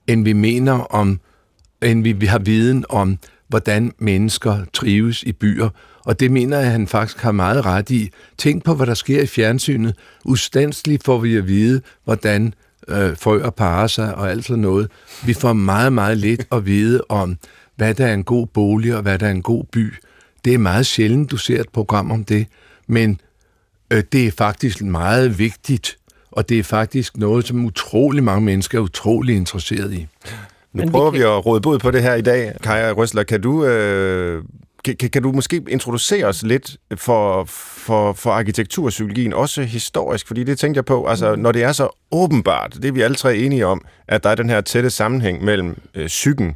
end vi mener om, end vi, vi har viden om, hvordan mennesker trives i byer. Og det mener jeg, at han faktisk har meget ret i. Tænk på, hvad der sker i fjernsynet. Ustandsligt får vi at vide, hvordan øh, frøer parer sig og alt sådan noget. Vi får meget, meget lidt at vide om, hvad der er en god bolig og hvad der er en god by. Det er meget sjældent, du ser et program om det, men øh, det er faktisk meget vigtigt, og det er faktisk noget, som utrolig mange mennesker er utrolig interesseret i. Nu prøver vi, kan... vi at råde bod på det her i dag. Kaja Røsler, kan du, øh, kan, kan du måske introducere os lidt for, for, for arkitekturpsykologien, også historisk? Fordi det tænkte jeg på, altså når det er så åbenbart, det er vi alle tre enige om, at der er den her tætte sammenhæng mellem øh, psyken,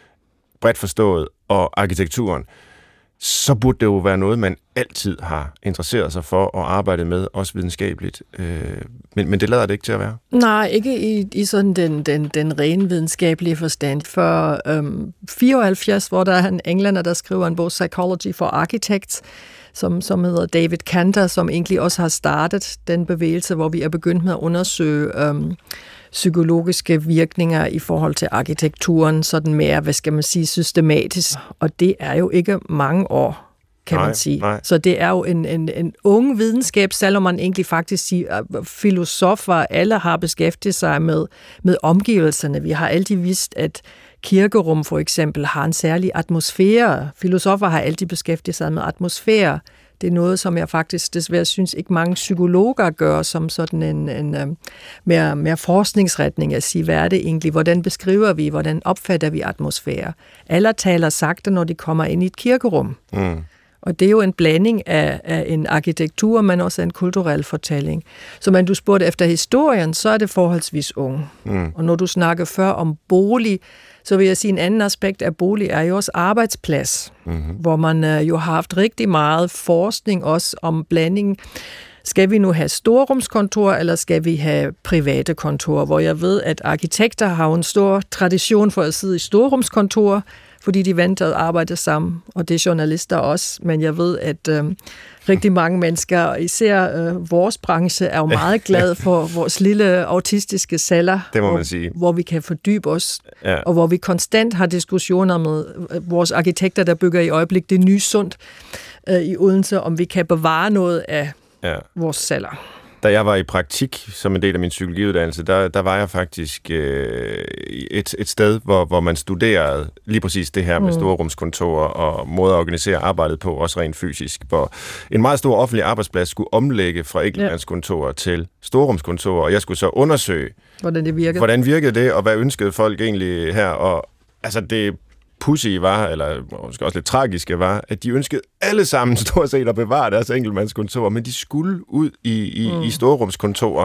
bredt forstået, og arkitekturen, så burde det jo være noget, man altid har interesseret sig for og arbejdet med, også videnskabeligt. Men, men det lader det ikke til at være. Nej, ikke i, i sådan den, den, den rene videnskabelige forstand. For øhm, fireoghalvfjerds, hvor der er en englænder, der skriver en bog, Psychology for Architects, som, som hedder David Kanter, som egentlig også har startet den bevægelse, hvor vi er begyndt med at undersøge øhm, psykologiske virkninger i forhold til arkitekturen, sådan mere, hvad skal man sige, systematisk. Og det er jo ikke mange år, kan nej, man sige. Nej. Så det er jo en, en, en ung videnskab, selvom man egentlig faktisk siger, at filosofer alle har beskæftiget sig med, med omgivelserne. Vi har altid vidst, at kirkerum for eksempel har en særlig atmosfære. Filosofer har altid beskæftiget sig med atmosfære. Det er noget, som jeg faktisk desværre synes ikke mange psykologer gør som sådan en, en um, mere, mere forskningsretning at sige, hvad er det egentlig, hvordan beskriver vi, hvordan opfatter vi atmosfære. Alle taler sagte, når de kommer ind i et kirkerum. Mm. Og det er jo en blanding af, af en arkitektur, men også en kulturel fortælling. Så når du spurgte efter historien, så er det forholdsvis ung. Mm. Og når du snakker før om bolig, så vil jeg sige, en anden aspekt af bolig er jo også arbejdsplads, mm-hmm. hvor man øh, jo har haft rigtig meget forskning også om blanding. Skal vi nu have storrumskontor, eller skal vi have private kontorer? Hvor jeg ved, at arkitekter har en stor tradition for at sidde i storrumskontor, fordi de venter at arbejde sammen, og det er journalister også. Men jeg ved, at øh, rigtig mange mennesker, især øh, vores branche, er jo meget glade for vores lille autistiske celler, det må man hvor, sige. Hvor vi kan fordybe os, ja. Og hvor vi konstant har diskussioner med vores arkitekter, der bygger i øjeblik det nye Sund øh, i Odense, om vi kan bevare noget af ja. vores celler. Da jeg var i praktik som en del af min psykologiuddannelse, der, der var jeg faktisk øh, et, et sted, hvor, hvor man studerede lige præcis det her med mm. storrumskontorer og måder at organisere arbejdet på, også rent fysisk, hvor en meget stor offentlig arbejdsplads skulle omlægge fra enkeltmandskontorer ja. til storrumskontorer, og jeg skulle så undersøge, hvordan det virkede, hvordan virkede det, og hvad ønskede folk egentlig her, og altså det pussy var, eller måske også lidt tragiske var, at de ønskede alle sammen stort set at bevare deres enkeltmandskontor, men de skulle ud i, i, mm. i storrumskontorer.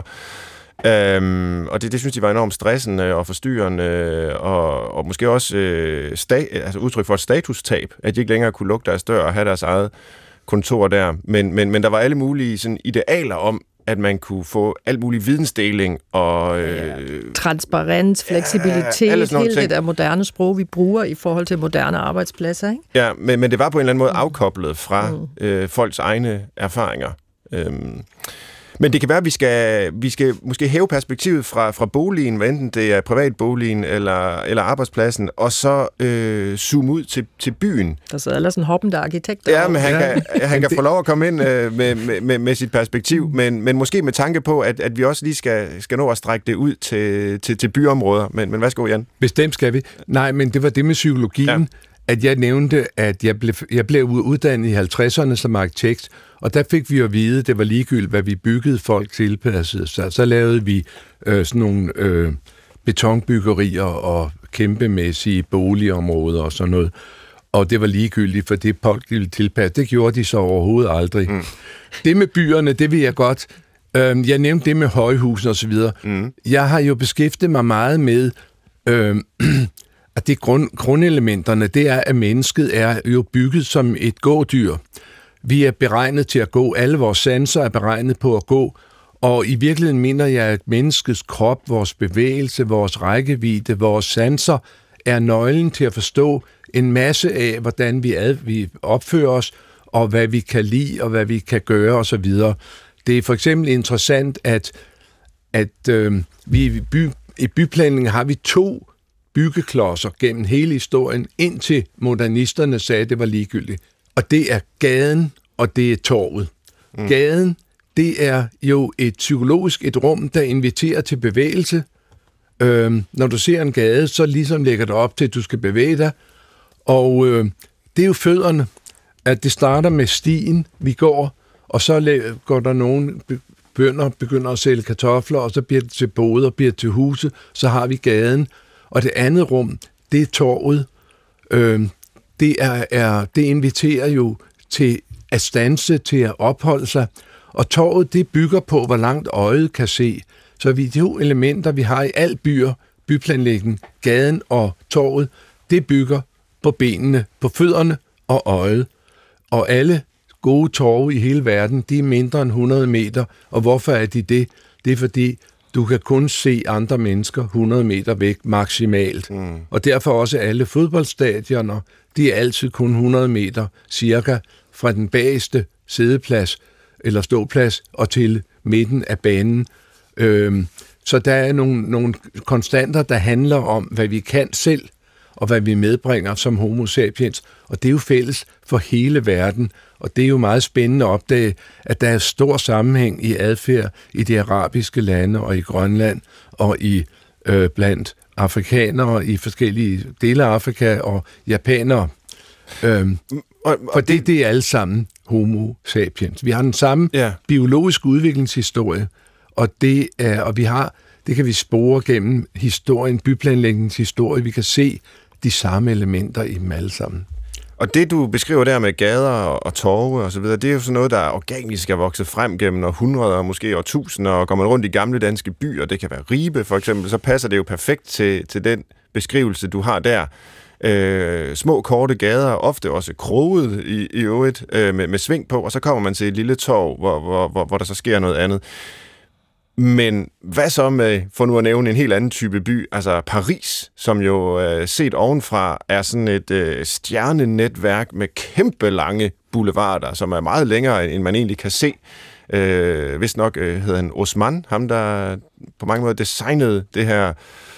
Øhm, og det, det synes de var enormt stressende og forstyrrende, og, og måske også øh, sta- altså udtryk for et statustab, at de ikke længere kunne lukke deres dør og have deres eget kontor der. Men, men, men der var alle mulige sådan, idealer om, at man kunne få alt mulig vidensdeling og øh, ja, transparens, fleksibilitet, ja, hele ting. Det der moderne sprog, vi bruger i forhold til moderne arbejdspladser, ikke? Ja, men, men det var på en eller anden måde afkoblet fra mm. øh, folks egne erfaringer. Øhm. Men det kan være, at vi skal, vi skal måske hæve perspektivet fra, fra boligen, hvad enten det er privatboligen eller, eller arbejdspladsen, og så øh, zoome ud til, til byen. Der sidder ellers en hoppende arkitekt. Ja, men han kan, han kan få lov at komme ind øh, med, med, med sit perspektiv, men, men måske med tanke på, at, at vi også lige skal, skal nå at strække det ud til, til, til byområder. Men, men værsgo, Jan. Bestemt skal vi. Nej, men det var det med psykologien. Ja. At jeg nævnte, at jeg blev, jeg blev uddannet i halvtredserne som arkitekt, og der fik vi at vide, at det var ligegyldigt, hvad vi byggede, folk tilpassede sig. Så lavede vi øh, sådan nogle øh, betonbyggerier og kæmpemæssige boligområder og sådan noget. Og det var ligegyldigt, for det folk ville tilpasse. Det gjorde de så overhovedet aldrig. Mm. Det med byerne, det vil jeg godt. Øh, jeg nævnte det med højhusene og så videre. Mm. Jeg har jo beskæftiget mig meget med... Øh, at det grund, grundelementerne, det er, at mennesket er jo bygget som et gådyr. Vi er beregnet til at gå. Alle vores sanser er beregnet på at gå. Og i virkeligheden mener jeg, at menneskets krop, vores bevægelse, vores rækkevidde, vores sanser er nøglen til at forstå en masse af, hvordan vi, ad, vi opfører os, og hvad vi kan lide, og hvad vi kan gøre osv. Det er for eksempel interessant, at, at øh, vi i, by, i byplanningen har vi to byggeklodser gennem hele historien, indtil modernisterne sagde, at det var ligegyldigt. Og det er gaden, og det er torvet. Mm. Gaden, det er jo et psykologisk et rum, der inviterer til bevægelse. Øhm, når du ser en gade, så ligesom lægger det op til, at du skal bevæge dig. Og øh, det er jo fødderne, at det starter med stien, vi går, og så går der nogen bønder, begynder at sælge kartofler, og så bliver det til boder, bliver det til huse, så har vi gaden. Og det andet rum, det er torvet. Øhm, det, er, er, det inviterer jo til at standse, til at opholde sig. Og torvet, det bygger på, hvor langt øjet kan se. Så vi de to elementer, vi har i al byer, byplanlægning, gaden og torvet, det bygger på benene, på fødderne og øjet. Og alle gode torve i hele verden, de er mindre end hundrede meter. Og hvorfor er de det? Det er fordi, du kan kun se andre mennesker hundrede meter væk maksimalt. Mm. Og derfor også alle fodboldstadioner, de er altid kun hundrede meter cirka fra den bageste sædeplads eller ståplads og til midten af banen. Øhm, så der er nogle, nogle konstanter, der handler om, hvad vi kan selv, og hvad vi medbringer som homo sapiens. Og det er jo fælles for hele verden. Og det er jo meget spændende at opdage, at der er stor sammenhæng i adfærd i de arabiske lande og i Grønland og i øh, blandt afrikanere i forskellige dele af Afrika og japanere. Øhm, og, og for det, det er alle sammen homo sapiens. Vi har den samme ja. biologiske udviklingshistorie, og det er, og vi har, det kan vi spore gennem historien, byplanlægningshistorie. Vi kan se de samme elementer i dem alle sammen. Og det, du beskriver der med gader og torve og så videre, det er jo sådan noget, der organisk er vokset frem gennem århundreder, måske årtusinder, og går man rundt i gamle danske byer, det kan være Ribe for eksempel, så passer det jo perfekt til, til den beskrivelse, du har der. Øh, små, korte gader, ofte også kroget i, i øvrigt, øh, med, med sving på, og så kommer man til et lille torv, hvor, hvor, hvor, hvor der så sker noget andet. Men hvad så med, for nu at nævne en helt anden type by, altså Paris, som jo øh, set ovenfra er sådan et øh, stjernenetværk med kæmpe lange boulevarder, som er meget længere, end man egentlig kan se. Øh, vist nok øh, hedder han Haussmann, ham der på mange måder designede det her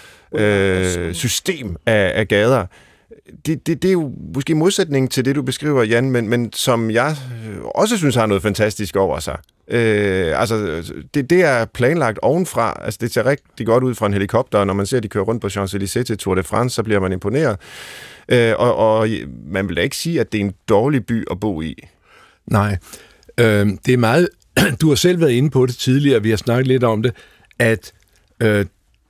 øh, system af, af gader. Det, det, det er jo måske modsætning til det, du beskriver, Jan, men, men som jeg også synes har noget fantastisk over sig. Øh, altså, det, det er planlagt ovenfra. Altså, det ser rigtig godt ud fra en helikopter, og når man ser, at de kører rundt på Champs-Élysées til Tour de France, så bliver man imponeret. Øh, og, og man vil da ikke sige, at det er en dårlig by at bo i. Nej, øh, det er meget... Du har selv været inde på det tidligere, vi har snakket lidt om det, at øh,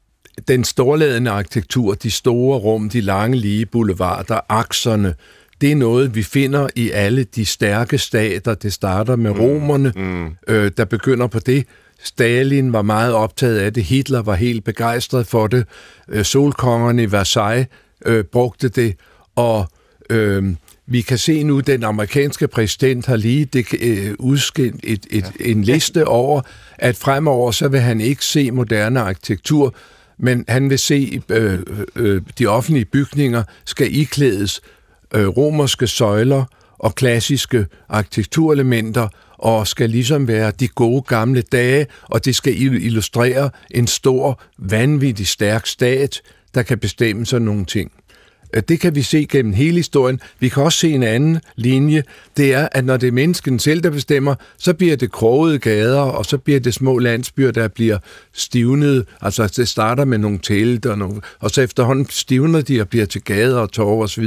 den storladende arkitektur, de store rum, de lange lige boulevarder, akserne, det er noget, vi finder i alle de stærke stater. Det starter med romerne, mm. øh, der begynder på det. Stalin var meget optaget af det. Hitler var helt begejstret for det. Øh, solkongerne i Versailles øh, brugte det. Og øh, vi kan se nu, at den amerikanske præsident har lige det, øh, udskilt et, et, en liste over, at fremover så vil han ikke se moderne arkitektur, men han vil se, øh, øh, de offentlige bygninger skal iklædes øh, romerske søjler og klassiske arkitekturelementer, og skal ligesom være de gode gamle dage, og det skal illustrere en stor, vanvittig stærk stat, der kan bestemme sådan nogle ting. Det kan vi se gennem hele historien. Vi kan også se en anden linje. Det er, at når det er mennesken selv, der bestemmer, så bliver det krogede gader, og så bliver det små landsbyer, der bliver stivnet. Altså, det starter med nogle telt, og, nogle, og så efterhånden stivner de og bliver til gader og torve osv.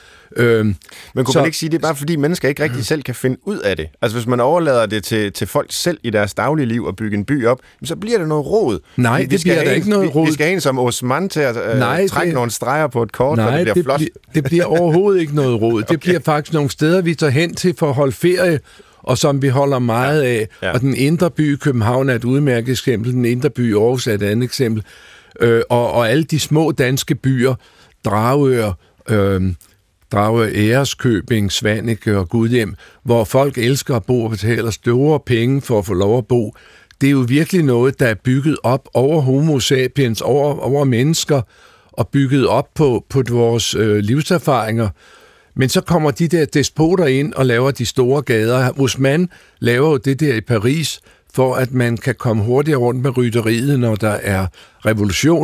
Øhm, Men kunne så, man ikke sige, det er bare fordi mennesker ikke rigtig selv kan finde ud af det? Altså hvis man overlader det til, til folk selv i deres daglige liv at bygge en by op, så bliver det noget rod. Nej, vi, det bliver der ikke noget vi, rod. Vi skal have en som Haussmann til at øh, nej, trække det, nogle streger på et kort, nej, og det bliver det flot. Bli, det bliver overhovedet ikke noget rod. Det okay. bliver faktisk nogle steder, vi tager hen til for at holde ferie, og som vi holder meget ja. af. Ja. Og den indre by i København er et udmærket eksempel, den indre by i Aarhus er et andet eksempel. Øh, og, og alle de små danske byer, Dragør, øh, Dragør, Æreskøbing, Svaneke og Gudhjem, hvor folk elsker at bo og betaler store penge for at få lov at bo. Det er jo virkelig noget, der er bygget op over homo sapiens, over, over mennesker, og bygget op på, på vores øh, livserfaringer. Men så kommer de der despoter ind og laver de store gader. Haussmann laver jo det der i Paris, for at man kan komme hurtigere rundt med rytteriet, når der er revolution,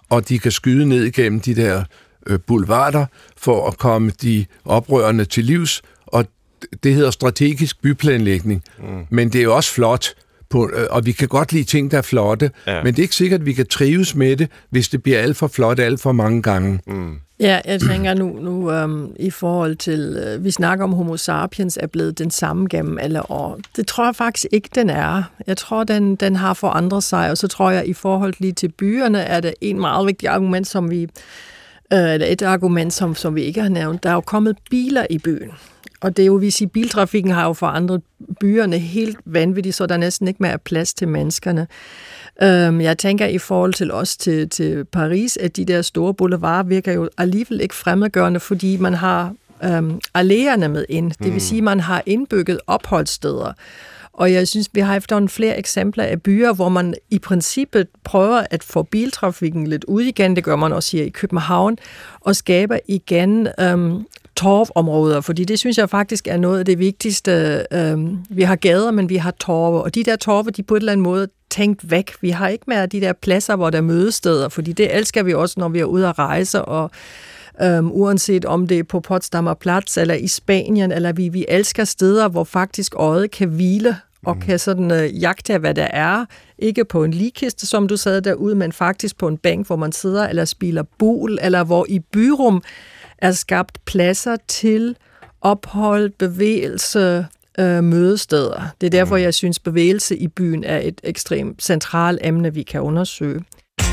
og de kan skyde ned igennem de der øh, boulevarder for at komme de oprørende til livs, og det hedder strategisk byplanlægning. Mm. Men det er jo også flot, på, og vi kan godt lide ting, der er flotte, ja. Men det er ikke sikkert, at vi kan trives med det, hvis det bliver alt for flot alt for mange gange. Mm. Ja, jeg tænker nu, nu øhm, i forhold til, øh, vi snakker om Homo sapiens er blevet den samme gennem alle år. Det tror jeg faktisk ikke, den er. Jeg tror, den, den har forandret sig, og så tror jeg, i forhold lige til byerne, er det en meget vigtig argument, som vi, øh, eller et argument, som, som vi ikke har nævnt. Der er jo kommet biler i byen. Og det er jo, vi siger, biltrafikken har jo forandret byerne helt vanvittigt, så der næsten ikke mere er plads til menneskerne. Um, jeg tænker i forhold til os til, til Paris, at de der store boulevarder virker jo alligevel ikke fremmedgørende, fordi man har um, alléerne med ind. Det vil sige, at man har indbygget opholdssteder. Og jeg synes, vi har efterhånden flere eksempler af byer, hvor man i princippet prøver at få biltrafikken lidt ud igen. Det gør man også her i København, og skaber igen um, torvområder, fordi det synes jeg faktisk er noget af det vigtigste. Um, vi har gader, men vi har torve, og de der torve, de på en eller anden måde tænkt væk. Vi har ikke mere de der pladser, hvor der er mødesteder, fordi det elsker vi også, når vi er ude at rejse, og um, uanset om det er på Potsdamer Platz, eller i Spanien, eller vi, vi elsker steder, hvor faktisk øjet kan hvile, og mm. kan sådan uh, jagte, hvad der er. Ikke på en ligkiste, som du sad derude, men faktisk på en bænk, hvor man sidder, eller spiller bol, eller hvor i byrum er skabt pladser til ophold, bevægelse, øh, mødesteder. Det er derfor, jeg synes, bevægelse i byen er et ekstremt centralt emne, vi kan undersøge.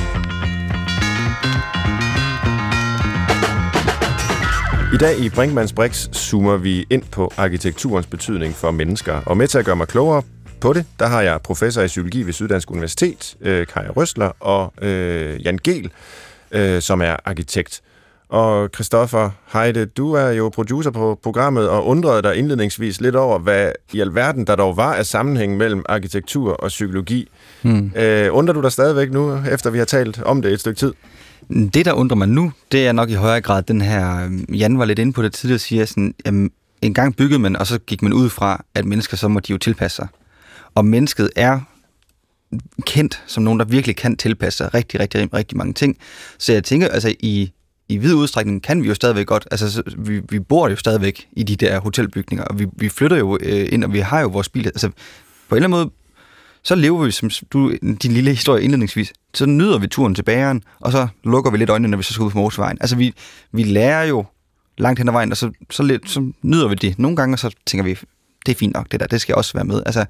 I dag i Brinkmanns Brix zoomer vi ind på arkitekturens betydning for mennesker. Og med til at gøre mig klogere på det, der har jeg professor i psykologi ved Syddansk Universitet, øh, Kaja Røsler, og øh, Jan Gehl, øh, som er arkitekt. Og Christoffer Heide, du er jo producer på programmet og undrede dig indledningsvis lidt over, hvad i alverden der dog var af sammenhæng mellem arkitektur og psykologi. Hmm. Øh, undrer du dig stadigvæk nu, efter vi har talt om det et stykke tid? Det, der undrer mig nu, det er nok i højere grad den her, Jan var lidt inde på det tidligere, siger sådan, jamen, en gang byggede man, og så gik man ud fra, at mennesker, så må de jo tilpasse sig. Og mennesket er kendt som nogen, der virkelig kan tilpasse sig rigtig, rigtig, rigtig mange ting. Så jeg tænker, altså i I vid udstrækning kan vi jo stadigvæk godt, altså vi, vi bor jo stadigvæk i de der hotelbygninger, og vi, vi flytter jo øh, ind, og vi har jo vores bil. Altså på en eller anden måde, så lever vi, som du, din lille historie indledningsvis, så nyder vi turen til bageren, og så lukker vi lidt øjnene, når vi så skal ud på motorvejen. Altså vi, vi lærer jo langt hen ad vejen, og så, så, lidt, så nyder vi det nogle gange, og så tænker vi, det er fint nok det der, det skal også være med. Altså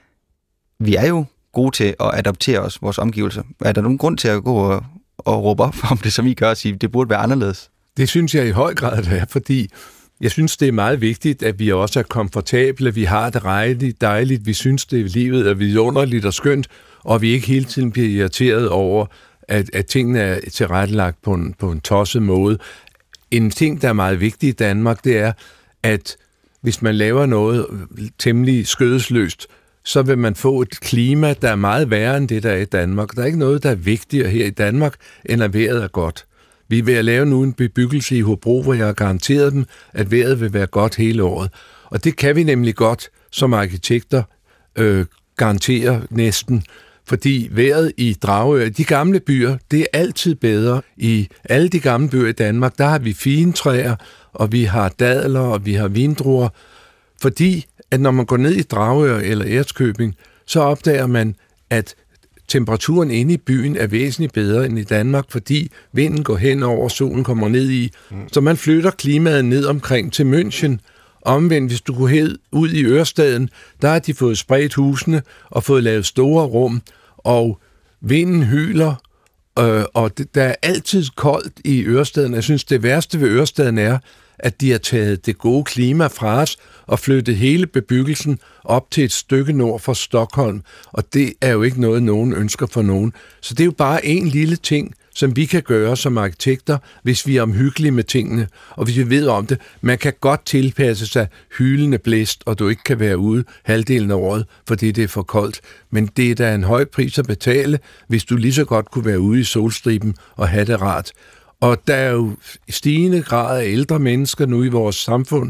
vi er jo gode til at adaptere os, vores omgivelser. Er der nogen grund til at gå og og råbe op om det, som I gør, og sige, det burde være anderledes? Det synes jeg i høj grad, det er, fordi jeg synes, det er meget vigtigt, at vi også er komfortable, vi har det rejligt, dejligt, vi synes, det er livet er vidunderligt og skønt, og vi ikke hele tiden bliver irriteret over, at, at tingene er tilrettelagt på en, på en tosset måde. En ting, der er meget vigtig i Danmark, det er, at hvis man laver noget temmelig skødesløst, så vil man få et klima, der er meget værre end det, der er i Danmark. Der er ikke noget, der er vigtigere her i Danmark, end at vejret er godt. Vi er ved at lave nu en bebyggelse i Hobro, hvor jeg har garanteret dem, at vejret vil være godt hele året. Og det kan vi nemlig godt som arkitekter øh, garantere næsten, fordi vejret i Dragør, de gamle byer, det er altid bedre. I alle de gamle byer i Danmark, der har vi fine træer, og vi har dadler, og vi har vindruer, fordi at når man går ned i Dragør eller Erzkøbing, så opdager man, at temperaturen inde i byen er væsentligt bedre end i Danmark, fordi vinden går hen over, solen kommer ned i. Mm. Så man flytter klimaet ned omkring til München. Omvendt, hvis du går helt ud i Ørestaden, der har de fået spredt husene og fået lavet store rum, og vinden hyler, øh, og det, der er altid koldt i Ørestaden. Jeg synes, det værste ved Ørestaden er, at de har taget det gode klima fra os og flyttet hele bebyggelsen op til et stykke nord for Stockholm, og det er jo ikke noget, nogen ønsker for nogen. Så det er jo bare en lille ting, som vi kan gøre som arkitekter, hvis vi er omhyggelige med tingene, og hvis vi ved om det. Man kan godt tilpasse sig hylende blæst, og du ikke kan være ude halvdelen af året, fordi det er for koldt. Men det er da en høj pris at betale, hvis du lige så godt kunne være ude i solstriben og have det rart. Og der er jo stigende grad af ældre mennesker nu i vores samfund,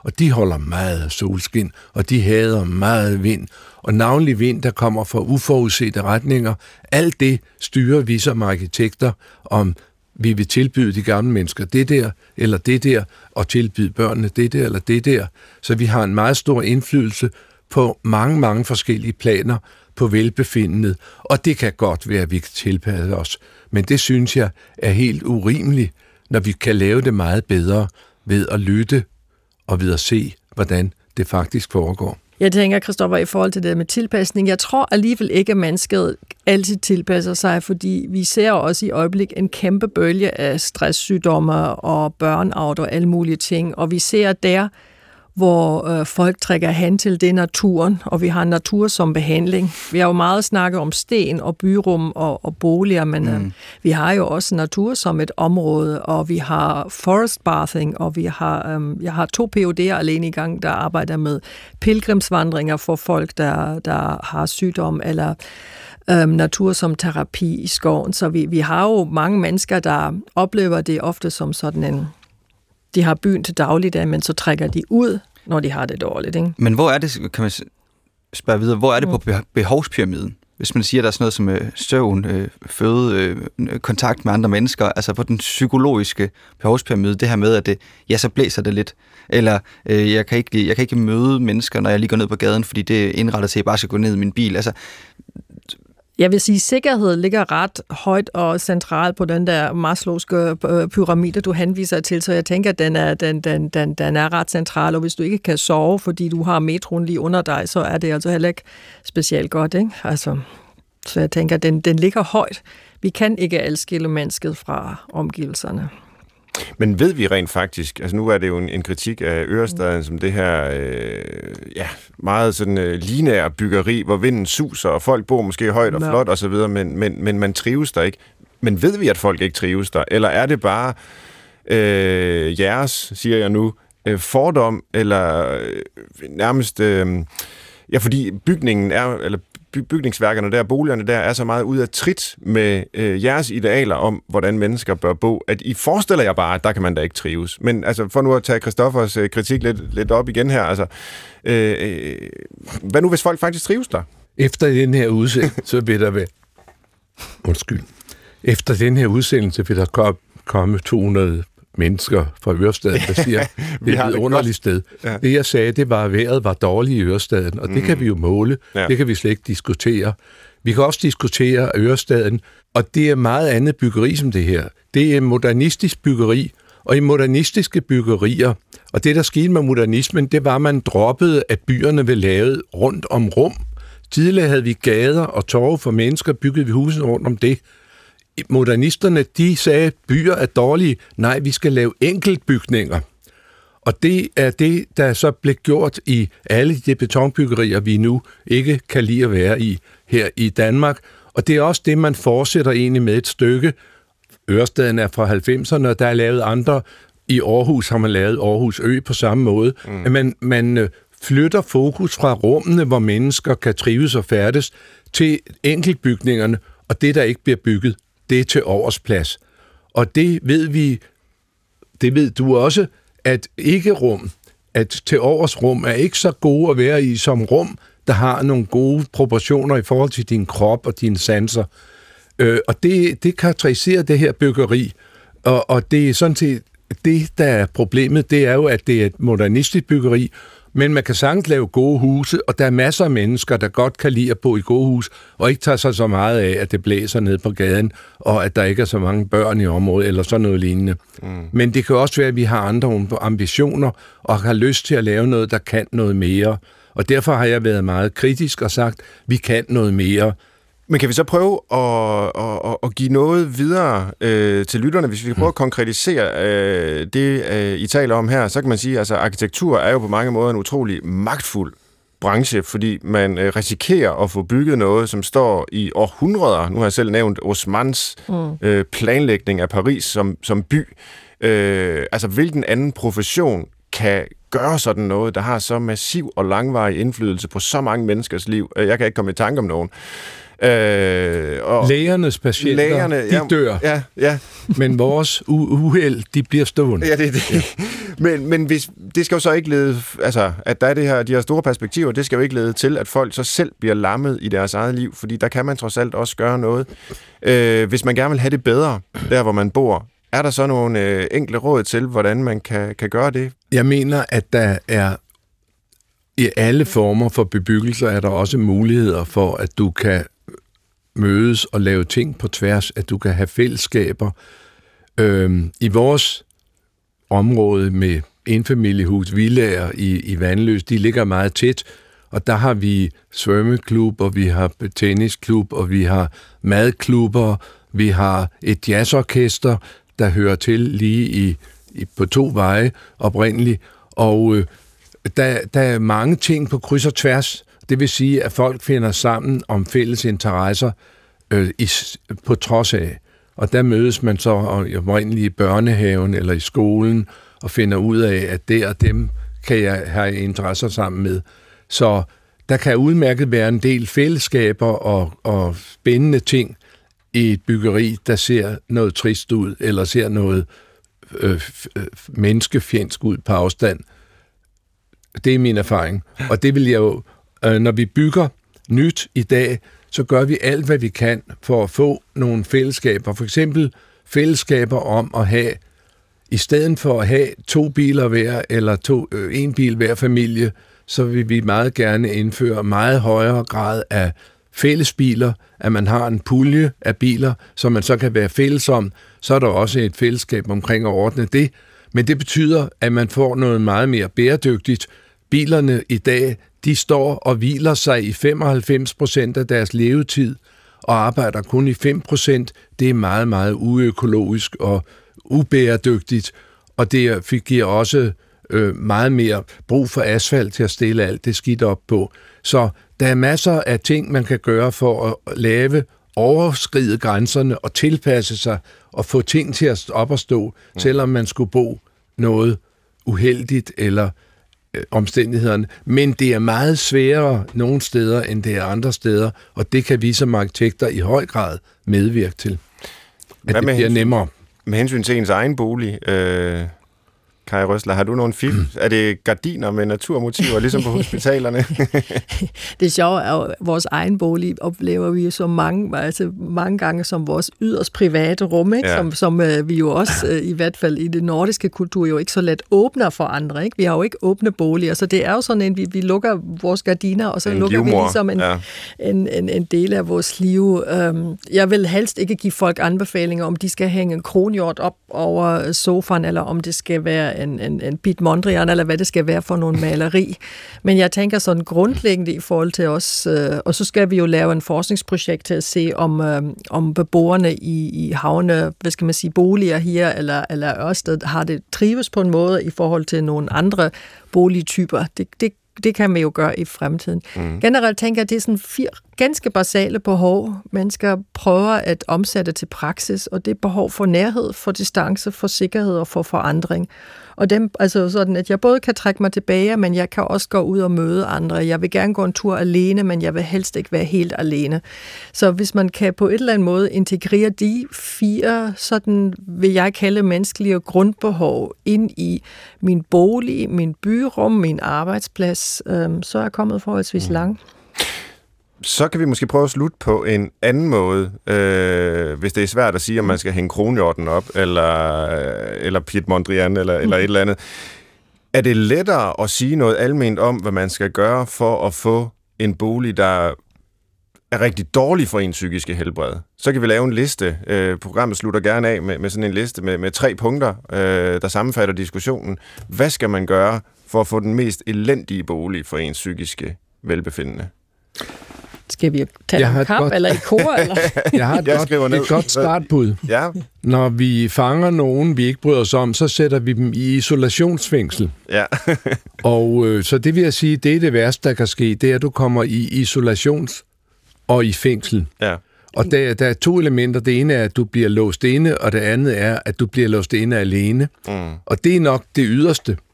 og de holder meget af solskin, og de hader meget vind, og navnlig vind, der kommer fra uforudsete retninger. Alt det styrer vi som arkitekter, om vi vil tilbyde de gamle mennesker det der, eller det der, og tilbyde børnene det der, eller det der. Så vi har en meget stor indflydelse på mange, mange forskellige planer på velbefindendet, og det kan godt være, at vi kan tilpasse os. Men det synes jeg er helt urimeligt, når vi kan lave det meget bedre ved at lytte og ved at se, hvordan det faktisk foregår. Jeg tænker, Christoffer, i forhold til det med tilpasning, jeg tror alligevel ikke, at mennesket altid tilpasser sig, fordi vi ser også i øjeblik en kæmpe bølge af stresssygdomme og burnout og alle mulige ting, og vi ser der, hvor øh, folk trækker hen til det naturen, og vi har natur som behandling. Vi har jo meget snakket om sten og byrum og, og boliger, men mm. øh, vi har jo også natur som et område, og vi har forest bathing, og vi har, øh, jeg har to P H D'er alene i gang, der arbejder med pilgrimsvandringer for folk, der, der har sygdom, eller øh, natur som terapi i skoven. Så vi, vi har jo mange mennesker, der oplever det ofte som sådan en de har byen til dagligdag, men så trækker de ud, når de har det dårligt. Ikke? Men hvor er det, kan man spørge videre, hvor er det på behovspyramiden? Hvis man siger, at der er sådan noget som øh, søvn, øh, føde, øh, kontakt med andre mennesker, altså på den psykologiske behovspyramide, det her med, at det, ja, så blæser det lidt, eller øh, jeg, kan ikke, jeg kan ikke møde mennesker, når jeg lige går ned på gaden, fordi det er indrettet til, at jeg bare skal gå ned i min bil. Altså, jeg vil sige, at sikkerhed ligger ret højt og centralt på den der Maslow'ske pyramide, du henviser til, så jeg tænker, at den er, den, den, den, den er ret central, og hvis du ikke kan sove, fordi du har metroen lige under dig, så er det altså heller ikke specielt godt, ikke? Altså, så jeg tænker, at den, den ligger højt. Vi kan ikke adskille mennesket fra omgivelserne. Men ved vi rent faktisk, altså nu er det jo en, en kritik af Ørestaden, mm. som det her øh, ja, meget sådan øh, lineære byggeri, hvor vinden suser, og folk bor måske højt og flot og så videre, men, men, men man trives der ikke. Men ved vi, at folk ikke trives der? Eller er det bare øh, jeres, siger jeg nu, øh, fordom, eller øh, nærmest... Øh, ja, fordi bygningen er... Eller bygningsværkerne der, boligerne der, er så meget ude af trit med øh, jeres idealer om, hvordan mennesker bør bo, at I forestiller jer bare, at der kan man da ikke trives. Men altså, for nu at tage Christoffers øh, kritik lidt, lidt op igen her, altså, øh, øh, hvad nu, hvis folk faktisk trives der? Efter den her udsendelse, så vil der være... Undskyld. Efter den her udsendelse vil der komme to hundrede mennesker fra Ørestaden, der siger, det er et underligt sted. Ja. Det, jeg sagde, det var, at vejret var dårligt i Ørestaden, og det mm. kan vi jo måle. Ja. Det kan vi slet ikke diskutere. Vi kan også diskutere Ørestaden, og det er meget andet byggeri som det her. Det er modernistisk byggeri, og i modernistiske byggerier, og det, der skete med modernismen, det var, at man droppede, at byerne blev lavet rundt om rum. Tidligere havde vi gader og torve for mennesker, byggede vi husene rundt om det. Modernisterne, de sagde, at byer er dårlige. Nej, vi skal lave enkeltbygninger. Og det er det, der så blev gjort i alle de betonbyggerier, vi nu ikke kan lide at være i her i Danmark. Og det er også det, man fortsætter egentlig med et stykke. Ørestaden er fra halvfemserne, og der er lavet andre. I Aarhus har man lavet Aarhus Ø på samme måde. Mm. At man, man flytter fokus fra rummene, hvor mennesker kan trives og færdes, til enkeltbygningerne, og det, der ikke bliver bygget, det er til oversplads. Og det ved vi, det ved du også, at ikke rum, at til overs rum er ikke så gode at være i som rum, der har nogle gode proportioner i forhold til din krop og dine sanser. Øh, og det, det karakteriserer det her byggeri. Og, og det er sådan set, det der er problemet, det er jo, at det er et modernistisk byggeri, men man kan sagtens lave gode huse, og der er masser af mennesker, der godt kan lide at bo i gode hus, og ikke tager sig så meget af, at det blæser ned på gaden, og at der ikke er så mange børn i området, eller sådan noget lignende. Mm. Men det kan også være, at vi har andre ambitioner, og har lyst til at lave noget, der kan noget mere. Og derfor har jeg været meget kritisk og sagt, at vi kan noget mere. Men kan vi så prøve at, at, at give noget videre øh, til lytterne, hvis vi kan prøve at konkretisere øh, det, øh, I taler om her, så kan man sige, at altså, arkitektur er jo på mange måder en utrolig magtfuld branche, fordi man øh, risikerer at få bygget noget, som står i århundreder. Nu har jeg selv nævnt Haussmanns øh, planlægning af Paris som, som by. Øh, altså, hvilken anden profession kan gøre sådan noget, der har så massiv og langvarig indflydelse på så mange menneskers liv? Jeg kan ikke komme i tanke om nogen. Øh, og Lægernes patienter, lægerne, de dør, ja, ja. men vores u- uheld, de bliver stående. Ja, det er det. Ja. Men, men hvis, det skal jo så ikke lede, altså, at der er det her, de her store perspektiver, det skal jo ikke lede til, at folk så selv bliver lammet i deres eget liv, fordi der kan man trods alt også gøre noget. Øh, hvis man gerne vil have det bedre, der hvor man bor, er der så nogle øh, enkle råd til, hvordan man kan, kan gøre det? Jeg mener, at der er i alle former for bebyggelser, er der også muligheder for, at du kan mødes og lave ting på tværs, at du kan have fællesskaber. Øhm, I vores område med enfamiliehus, villaer i, i Vandløs, de ligger meget tæt, og der har vi svømmeklub, og vi har tennisklub, og vi har madklubber, vi har et jazzorkester, der hører til lige i, i på to veje oprindeligt, og øh, der, der er mange ting på kryds og tværs. Det vil sige, at folk finder sammen om fælles interesser øh, i, på trods af. Og der mødes man så oprindeligt i børnehaven eller i skolen og finder ud af, at det og dem kan jeg have interesser sammen med. Så der kan udmærket være en del fællesskaber og, og spændende ting i et byggeri, der ser noget trist ud, eller ser noget øh, menneskefjendsk ud på afstand. Det er min erfaring. Og det vil jeg jo, øh, når vi bygger nyt i dag, så gør vi alt, hvad vi kan for at få nogle fællesskaber. For eksempel fællesskaber om at have, i stedet for at have to biler hver, eller to, øh, en bil hver familie, så vil vi meget gerne indføre meget højere grad af fællesbiler, at man har en pulje af biler, som man så kan være fælles om. Så er der også et fællesskab omkring at ordne det. Men det betyder, at man får noget meget mere bæredygtigt. Bilerne i dag, de står og hviler sig i femoghalvfems procent af deres levetid, og arbejder kun i fem procent. Det er meget, meget uøkologisk og ubæredygtigt, og det giver også øh, meget mere brug for asfalt til at stille alt det skidt op på. Så der er masser af ting, man kan gøre for at lave, overskride grænserne og tilpasse sig og få ting til at op og stå, mm. selvom man skulle bo noget uheldigt eller øh, omstændighederne. Men det er meget sværere nogle steder, end det er andre steder, og det kan vi som arkitekter i høj grad medvirke til, at det bliver nemmere. Med hensyn til ens egen bolig, øh, Kai Røsler, har du nogle fif? Mm. Er det gardiner med naturmotiver, ligesom på hospitalerne? Det sjove er jo, at vores egen bolig oplever vi jo så mange, altså mange gange som vores yderst private rum, ikke? Ja. Som, som øh, vi jo også, øh, i hvert fald i det nordiske kultur, jo ikke så let åbner for andre. Ikke? Vi har jo ikke åbne boliger, så det er jo sådan, at vi, vi lukker vores gardiner, og så en lukker livmor. Vi ligesom en, ja. en, en, en del af vores liv. Um, jeg vil helst ikke give folk anbefalinger, om de skal hænge en kronhjort op over sofaen, eller om det skal være en, en, en Piet Mondrian, eller hvad det skal være for nogle maleri. Men jeg tænker sådan grundlæggende i forhold til os, øh, og så skal vi jo lave en forskningsprojekt til at se, om, øh, om beboerne i, i havne, hvad skal man sige, boliger her, eller, eller Ørsted, har det trives på en måde i forhold til nogle andre boligtyper. Det, det Det kan man jo gøre i fremtiden. Mm. Generelt tænker jeg, at det er sådan fire ganske basale behov, mennesker prøver at omsætte til praksis, og det er behov for nærhed, for distance, for sikkerhed og for forandring. Og dem, altså sådan, at jeg både kan trække mig tilbage, men jeg kan også gå ud og møde andre. Jeg vil gerne gå en tur alene, men jeg vil helst ikke være helt alene. Så hvis man kan på et eller andet måde integrere de fire, sådan vil jeg kalde menneskelige grundbehov ind i min bolig, min byrum, min arbejdsplads, øhm, så er jeg kommet forholdsvis langt. Så kan vi måske prøve at slutte på en anden måde, øh, hvis det er svært at sige, om man skal hænge kronhjorten op, eller, eller Piet Mondrian, eller, mm. eller et eller andet. Er det lettere at sige noget alment om, hvad man skal gøre for at få en bolig, der er rigtig dårlig for ens psykiske helbred? Så kan vi lave en liste. Øh, programmet slutter gerne af med, med sådan en liste med, med tre punkter, øh, der sammenfatter diskussionen. Hvad skal man gøre for at få den mest elendige bolig for ens psykiske velbefindende? Skal vi tage en kamp, godt... eller i kor? Eller? Jeg har et, jeg godt, et godt startbud. Ja. Når vi fanger nogen, vi ikke bryder os om, så sætter vi dem i isolationsfængsel. Ja. Og øh, så det vil jeg sige, det er det værste, der kan ske, det er, at du kommer i isolations- og i fængsel. Ja. Og der, der er to elementer. Det ene er, at du bliver låst inde, og det andet er, at du bliver låst inde alene. Mm. Og det er nok det yderste.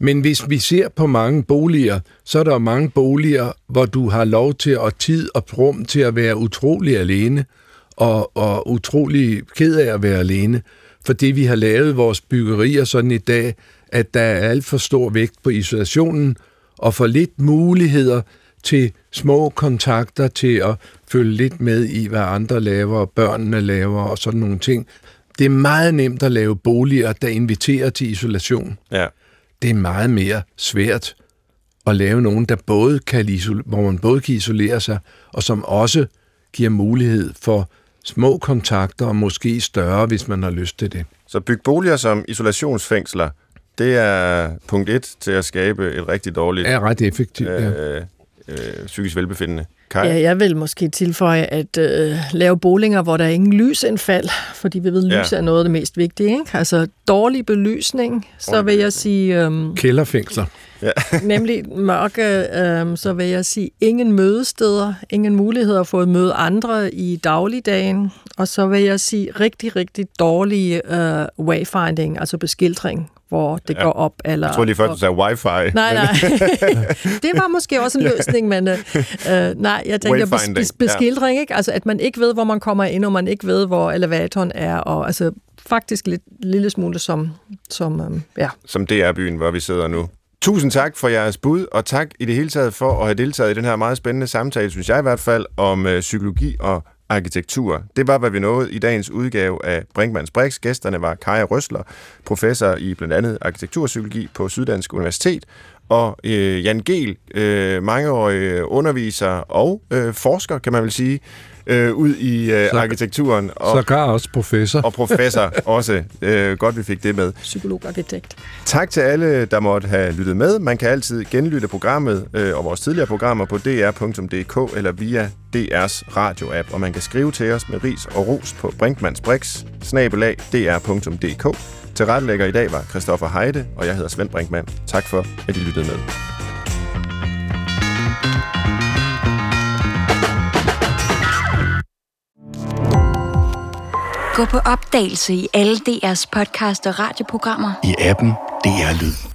Men hvis vi ser på mange boliger, så er der mange boliger, hvor du har lov til at tid og rum til at være utrolig alene, og, og utrolig ked af at være alene, fordi vi har lavet vores byggerier sådan i dag, at der er alt for stor vægt på isolationen, og for lidt muligheder til små kontakter, til at følge lidt med i, hvad andre laver, og børnene laver, og sådan nogle ting. Det er meget nemt at lave boliger, der inviterer til isolation. Ja. Det er meget mere svært at lave nogen, der både kan isol- hvor man både kan isolere sig, og som også giver mulighed for små kontakter, og måske større, hvis man har lyst til det. Så byg boliger som isolationsfængsler, det er punkt et til at skabe et rigtig dårligt er ret effektivt, ja. øh, øh, psykisk velbefindende. Kai? Ja, jeg vil måske tilføje at øh, lave bolinger, hvor der er ingen lysindfald, fordi vi ved, at lys Ja. er noget af det mest vigtige. Ikke? Altså dårlig belysning, så vil jeg sige... Øhm, Kælderfængsler. Ja. nemlig mørke, øhm, så vil jeg sige ingen mødesteder, ingen muligheder for at møde andre i dagligdagen, og så vil jeg sige rigtig, rigtig dårlig øh, wayfinding, altså beskiltring, hvor det ja. går op. Eller, jeg tror lige først, du sagde wifi. Nej, nej. Det var måske også en løsning, men øh, nej, jeg tænker bes, bes, beskildring, ikke? Altså at man ikke ved, hvor man kommer ind, og man ikke ved, hvor elevatoren er, og altså faktisk lidt lille smule som, som øh, ja. Som D R-byen, hvor vi sidder nu. Tusind tak for jeres bud, og tak i det hele taget for at have deltaget i den her meget spændende samtale, synes jeg i hvert fald, om øh, psykologi og arkitektur. Det var, hvad vi nåede i dagens udgave af Brinkmanns Brix. Gæsterne var Kaja Røsler, professor i blandt andet arkitekturpsykologi på Syddansk Universitet, og øh, Jan Gehl, øh, mangeårig underviser og øh, forsker, kan man vel sige, øh, ud i øh, så, arkitekturen. Og, sågar også professor. Og professor også. Øh, godt, vi fik det med. Psykolog-arkitekt. Tak til alle, der måtte have lyttet med. Man kan altid genlytte programmet øh, og vores tidligere programmer på d r punktum d k eller via D R's radio-app, og man kan skrive til os med ris og ros på brinkmannsbrix snabel-a d r punktum d k. Tilrettelægger i dag var Christoffer Heide, og jeg hedder Svend Brinkmann. Tak for, at I lyttede med. Gå på opdagelse i alle D R's podcast og radioprogrammer. I appen D R Lyd.